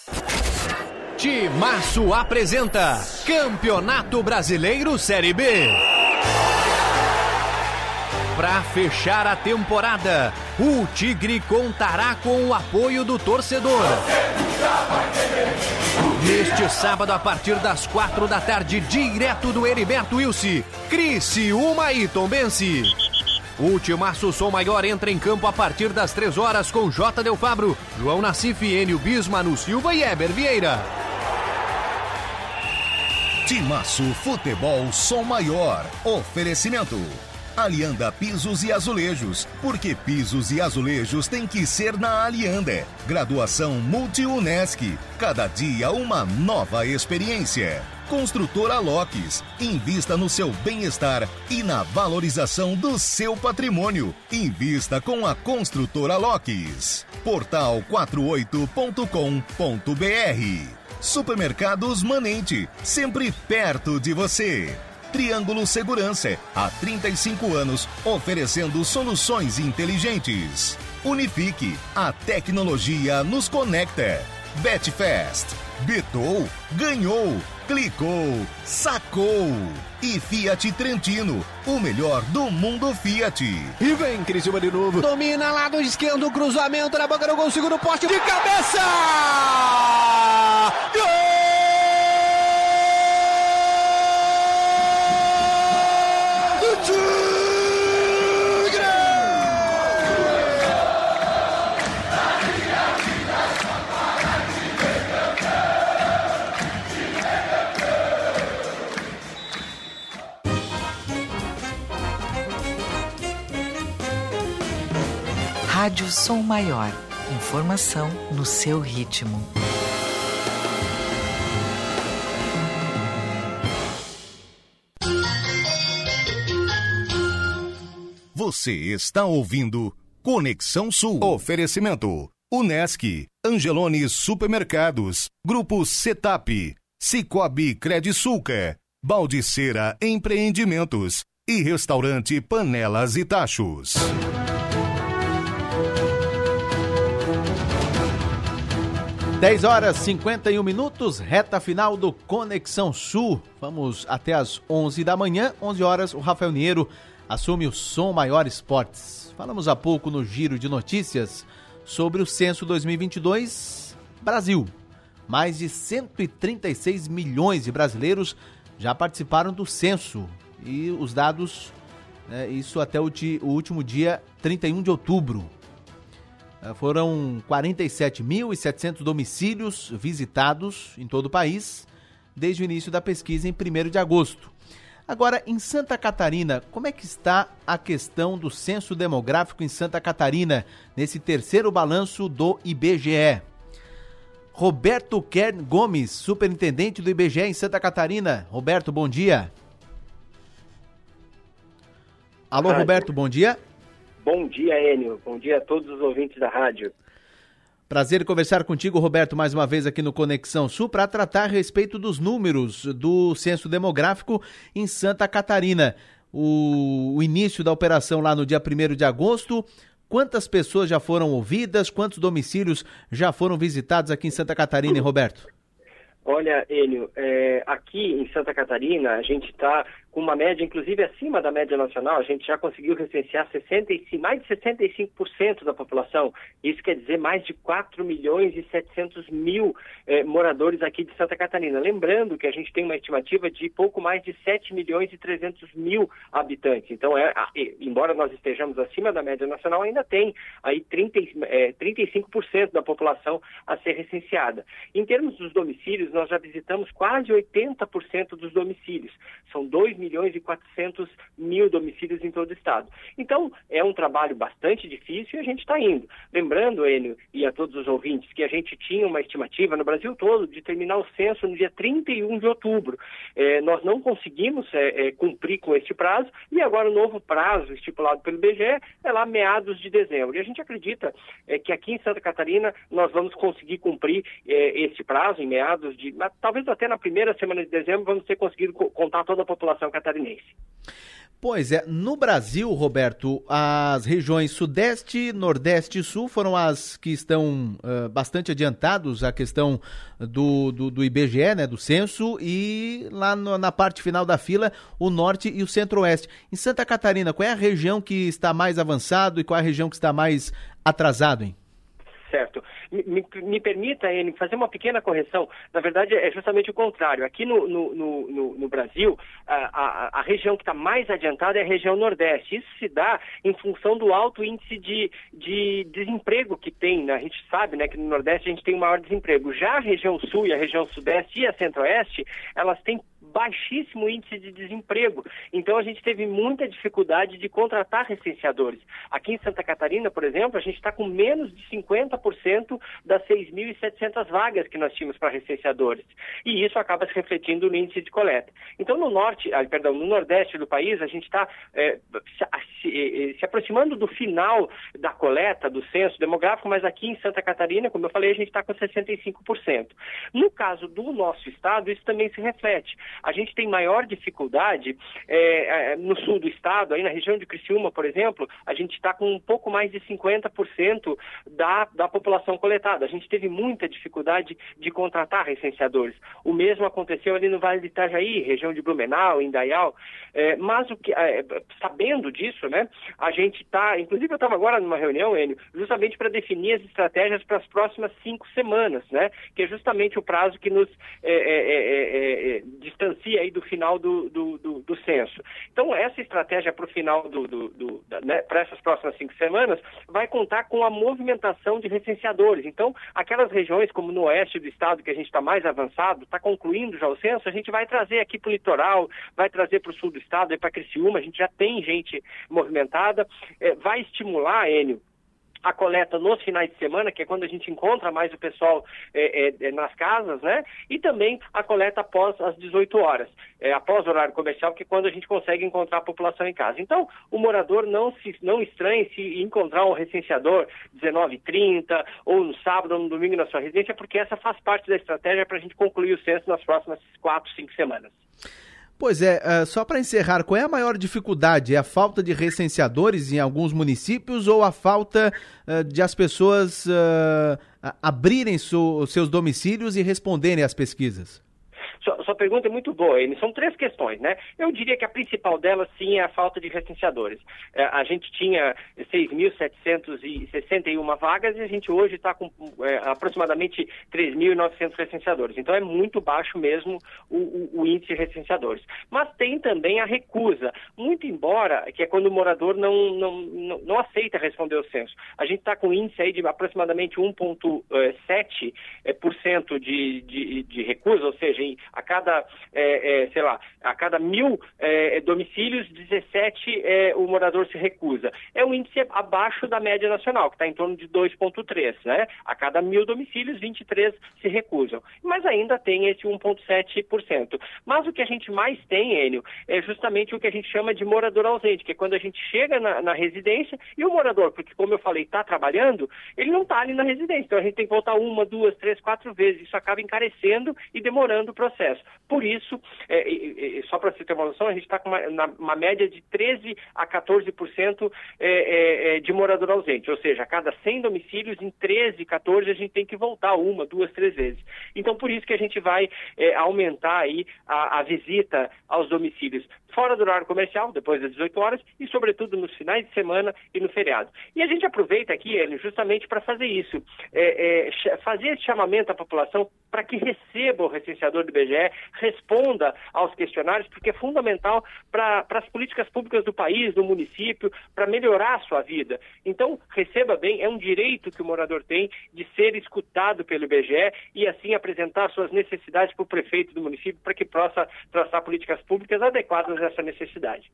Speaker 15: Timaço apresenta Campeonato Brasileiro Série B. Para fechar a temporada, o Tigre contará com o apoio do torcedor. Neste sábado, a partir das quatro da tarde, direto do Heriberto Wilson, Criciúma e Tombense. O Timaço Som Maior entra em campo a partir das três horas com J. Del Fabro, João Nassif, Enio Bis, Manu Silva e Eber Vieira.
Speaker 2: Timaço Futebol Som Maior. Oferecimento. Alianda Pisos e Azulejos, porque pisos e azulejos tem que ser na Alianda. Graduação Multi-Unesc, cada dia uma nova experiência. Construtora Locks, invista no seu bem-estar e na valorização do seu patrimônio. Invista com a Construtora Locks. Portal quarenta e oito ponto com ponto br. Supermercados Manente, sempre perto de você. Triângulo Segurança, há trinta e cinco anos, oferecendo soluções inteligentes. Unifique, a tecnologia nos conecta. Betfast, betou, ganhou, clicou, sacou. E Fiat Trentino, o melhor do mundo Fiat.
Speaker 15: E vem Criciúma de novo. Domina lado esquerdo, cruzamento na boca do gol, segundo poste de cabeça! Gol!
Speaker 21: Rádio Som Maior. Informação no seu ritmo.
Speaker 2: Você está ouvindo Conexão Sul. Oferecimento Unesc, Angelone Supermercados, Grupo Setap, Cicobi Credisulca, Baldiceira Empreendimentos e Restaurante Panelas e Tachos.
Speaker 1: dez horas e cinquenta e um minutos, reta final do Conexão Sul. Vamos até as onze da manhã, onze horas, o Rafael Niero assume o Som Maior Esportes. Falamos há pouco no Giro de Notícias sobre o Censo dois mil e vinte e dois Brasil. Mais de cento e trinta e seis milhões de brasileiros já participaram do censo. E os dados, né, isso até o, di, o último dia trinta e um de outubro. Foram quarenta e sete mil e setecentos domicílios visitados em todo o país desde o início da pesquisa em primeiro de agosto. Agora, em Santa Catarina, como é que está a questão do censo demográfico em Santa Catarina, nesse terceiro balanço do I B G E? Roberto Kern Gomes, superintendente do I B G E em Santa Catarina. Roberto, bom dia. Alô, rádio. Roberto, bom dia.
Speaker 6: Bom dia, Enio. Bom dia a todos os ouvintes da rádio.
Speaker 1: Prazer em conversar contigo, Roberto, mais uma vez aqui no Conexão Sul, para tratar a respeito dos números do censo demográfico em Santa Catarina. O, o início da operação lá no dia primeiro de agosto, quantas pessoas já foram ouvidas, quantos domicílios já foram visitados aqui em Santa Catarina, hein, Roberto?
Speaker 6: Olha, Enio, é, aqui em Santa Catarina a gente está com uma média, inclusive acima da média nacional. A gente já conseguiu recensear sessenta e cinco, mais de sessenta e cinco por cento da população. Isso quer dizer mais de quatro milhões e setecentos mil eh, moradores aqui de Santa Catarina. Lembrando que a gente tem uma estimativa de pouco mais de sete milhões e trezentos mil habitantes. Então, é, embora nós estejamos acima da média nacional, ainda tem aí trinta, eh, trinta e cinco por cento da população a ser recenseada. Em termos dos domicílios, nós já visitamos quase oitenta por cento dos domicílios. São dois milhões e quatrocentos mil domicílios em todo o estado. Então, é um trabalho bastante difícil e a gente está indo. Lembrando, Enio, e a todos os ouvintes, que a gente tinha uma estimativa no Brasil todo de terminar o censo no dia trinta e um de outubro. É, nós não conseguimos é, é, cumprir com este prazo e agora o novo prazo estipulado pelo I B G E é lá meados de dezembro. E a gente acredita é, que aqui em Santa Catarina nós vamos conseguir cumprir é, esse prazo em meados de... talvez até na primeira semana de dezembro vamos ter conseguido contar toda a população catarinense.
Speaker 1: Pois é, no Brasil, Roberto, as regiões Sudeste, Nordeste e Sul foram as que estão uh, bastante adiantados a questão do, do, do I B G E, né, do censo, e lá no, na parte final da fila, o Norte e o Centro-Oeste. Em Santa Catarina, qual é a região que está mais avançado e qual é a região que está mais atrasado, hein?
Speaker 6: Certo. Me, me, me permita, Enio, fazer uma pequena correção. Na verdade, é justamente o contrário. Aqui no, no, no, no Brasil, a, a, a região que está mais adiantada é a região Nordeste. Isso se dá em função do alto índice de, de desemprego que tem, né? A gente sabe, né, que no Nordeste a gente tem o maior desemprego. Já a região Sul e a região Sudeste e a Centro-Oeste, elas têm baixíssimo índice de desemprego. Então, a gente teve muita dificuldade de contratar recenseadores. Aqui em Santa Catarina, por exemplo, a gente está com menos de cinquenta por cento das seis mil e setecentas vagas que nós tínhamos para recenseadores. E isso acaba se refletindo no índice de coleta. Então, no norte, ah, perdão, no nordeste do país, a gente está é, se, se aproximando do final da coleta, do censo demográfico, mas aqui em Santa Catarina, como eu falei, a gente está com sessenta e cinco por cento. No caso do nosso estado, isso também se reflete. A gente tem maior dificuldade é, no sul do estado, aí na região de Criciúma, por exemplo, a gente está com um pouco mais de cinquenta por cento da, da população coletada. A gente teve muita dificuldade de contratar recenseadores. O mesmo aconteceu ali no Vale de Itajaí, região de Blumenau, Indaial, é, mas o que, é, sabendo disso, né, a gente está, inclusive eu estava agora numa reunião, Enio, justamente para definir as estratégias para as próximas cinco semanas, né, que é justamente o prazo que nos é, é, é, é, distancia aí do final do, do, do, do censo. Então, essa estratégia para o final do, do, do né, para essas próximas cinco semanas vai contar com a movimentação de recenseadores. Então, aquelas regiões como no oeste do estado, que a gente está mais avançado, está concluindo já o censo, a gente vai trazer aqui para o litoral, vai trazer para o sul do estado, para Criciúma, a gente já tem gente movimentada, é, vai estimular, Enio, a coleta nos finais de semana, que é quando a gente encontra mais o pessoal é, é, nas casas, né? E também a coleta após as dezoito horas, é, após o horário comercial, que é quando a gente consegue encontrar a população em casa. Então, o morador não se não estranhe se encontrar um recenseador dezenove e trinta, ou no sábado ou no domingo na sua residência, porque essa faz parte da estratégia para a gente concluir o censo nas próximas quatro, cinco semanas.
Speaker 1: Pois é, uh, só para encerrar, qual é a maior dificuldade? É a falta de recenseadores em alguns municípios ou a falta uh, de as pessoas uh, abrirem su- seus domicílios e responderem às pesquisas?
Speaker 6: Sua, sua pergunta é muito boa, Eni. São três questões, né? Eu diria que a principal delas, sim, é a falta de recenseadores. É, a gente tinha seis mil setecentas e sessenta e uma vagas e a gente hoje está com é, aproximadamente três mil e novecentos recenseadores. Então é muito baixo mesmo o, o, o índice de recenseadores. Mas tem também a recusa, muito embora, que é quando o morador não, não, não, não aceita responder o censo. A gente está com um índice aí de aproximadamente um vírgula sete por cento de, de, de recusa, ou seja, em a cada, é, é, sei lá, a cada mil é, domicílios, dezessete é, o morador se recusa. É um índice abaixo da média nacional, que está em torno de dois vírgula três, né? A cada mil domicílios, vinte e três se recusam. Mas ainda tem esse um vírgula sete por cento. Mas o que a gente mais tem, Enio, é justamente o que a gente chama de morador ausente, que é quando a gente chega na, na residência e o morador, porque como eu falei, está trabalhando, ele não está ali na residência. Então a gente tem que voltar uma, duas, três, quatro vezes. Isso acaba encarecendo e demorando o processo. Por isso, é, é, é, só para você ter uma noção, a gente está com uma, na, uma média de treze a quatorze por cento é, é, de morador ausente, ou seja, a cada cem domicílios, em treze, quatorze, a gente tem que voltar uma, duas, três vezes. Então, por isso que a gente vai é, aumentar aí a, a visita aos domicílios fora do horário comercial, depois das dezoito horas, e sobretudo nos finais de semana e no feriado. E a gente aproveita aqui, Hélio, justamente para fazer isso, é, é, fazer esse chamamento à população para que receba o recenseador do I B G E, responda aos questionários, porque é fundamental para as políticas públicas do país, do município, para melhorar a sua vida. Então, receba bem, é um direito que o morador tem de ser escutado pelo I B G E e assim apresentar suas necessidades para o prefeito do município para que possa traçar políticas públicas adequadas a essa necessidade.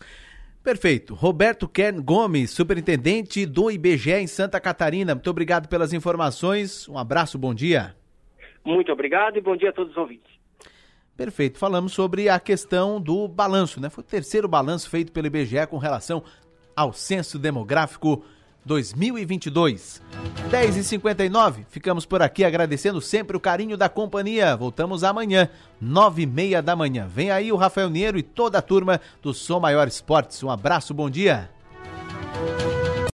Speaker 1: Perfeito. Roberto Kern Gomes, superintendente do I B G E em Santa Catarina. Muito obrigado pelas informações. Um abraço, bom dia.
Speaker 6: Muito obrigado e bom dia a todos os ouvintes.
Speaker 1: Perfeito. Falamos sobre a questão do balanço, né? Foi o terceiro balanço feito pelo I B G E com relação ao Censo Demográfico dois mil e vinte e dois. dez e cinquenta e nove, ficamos por aqui agradecendo sempre o carinho da companhia. Voltamos amanhã, nove e meia da manhã. Vem aí o Rafael Niero e toda a turma do Som Maior Esportes. Um abraço, bom dia.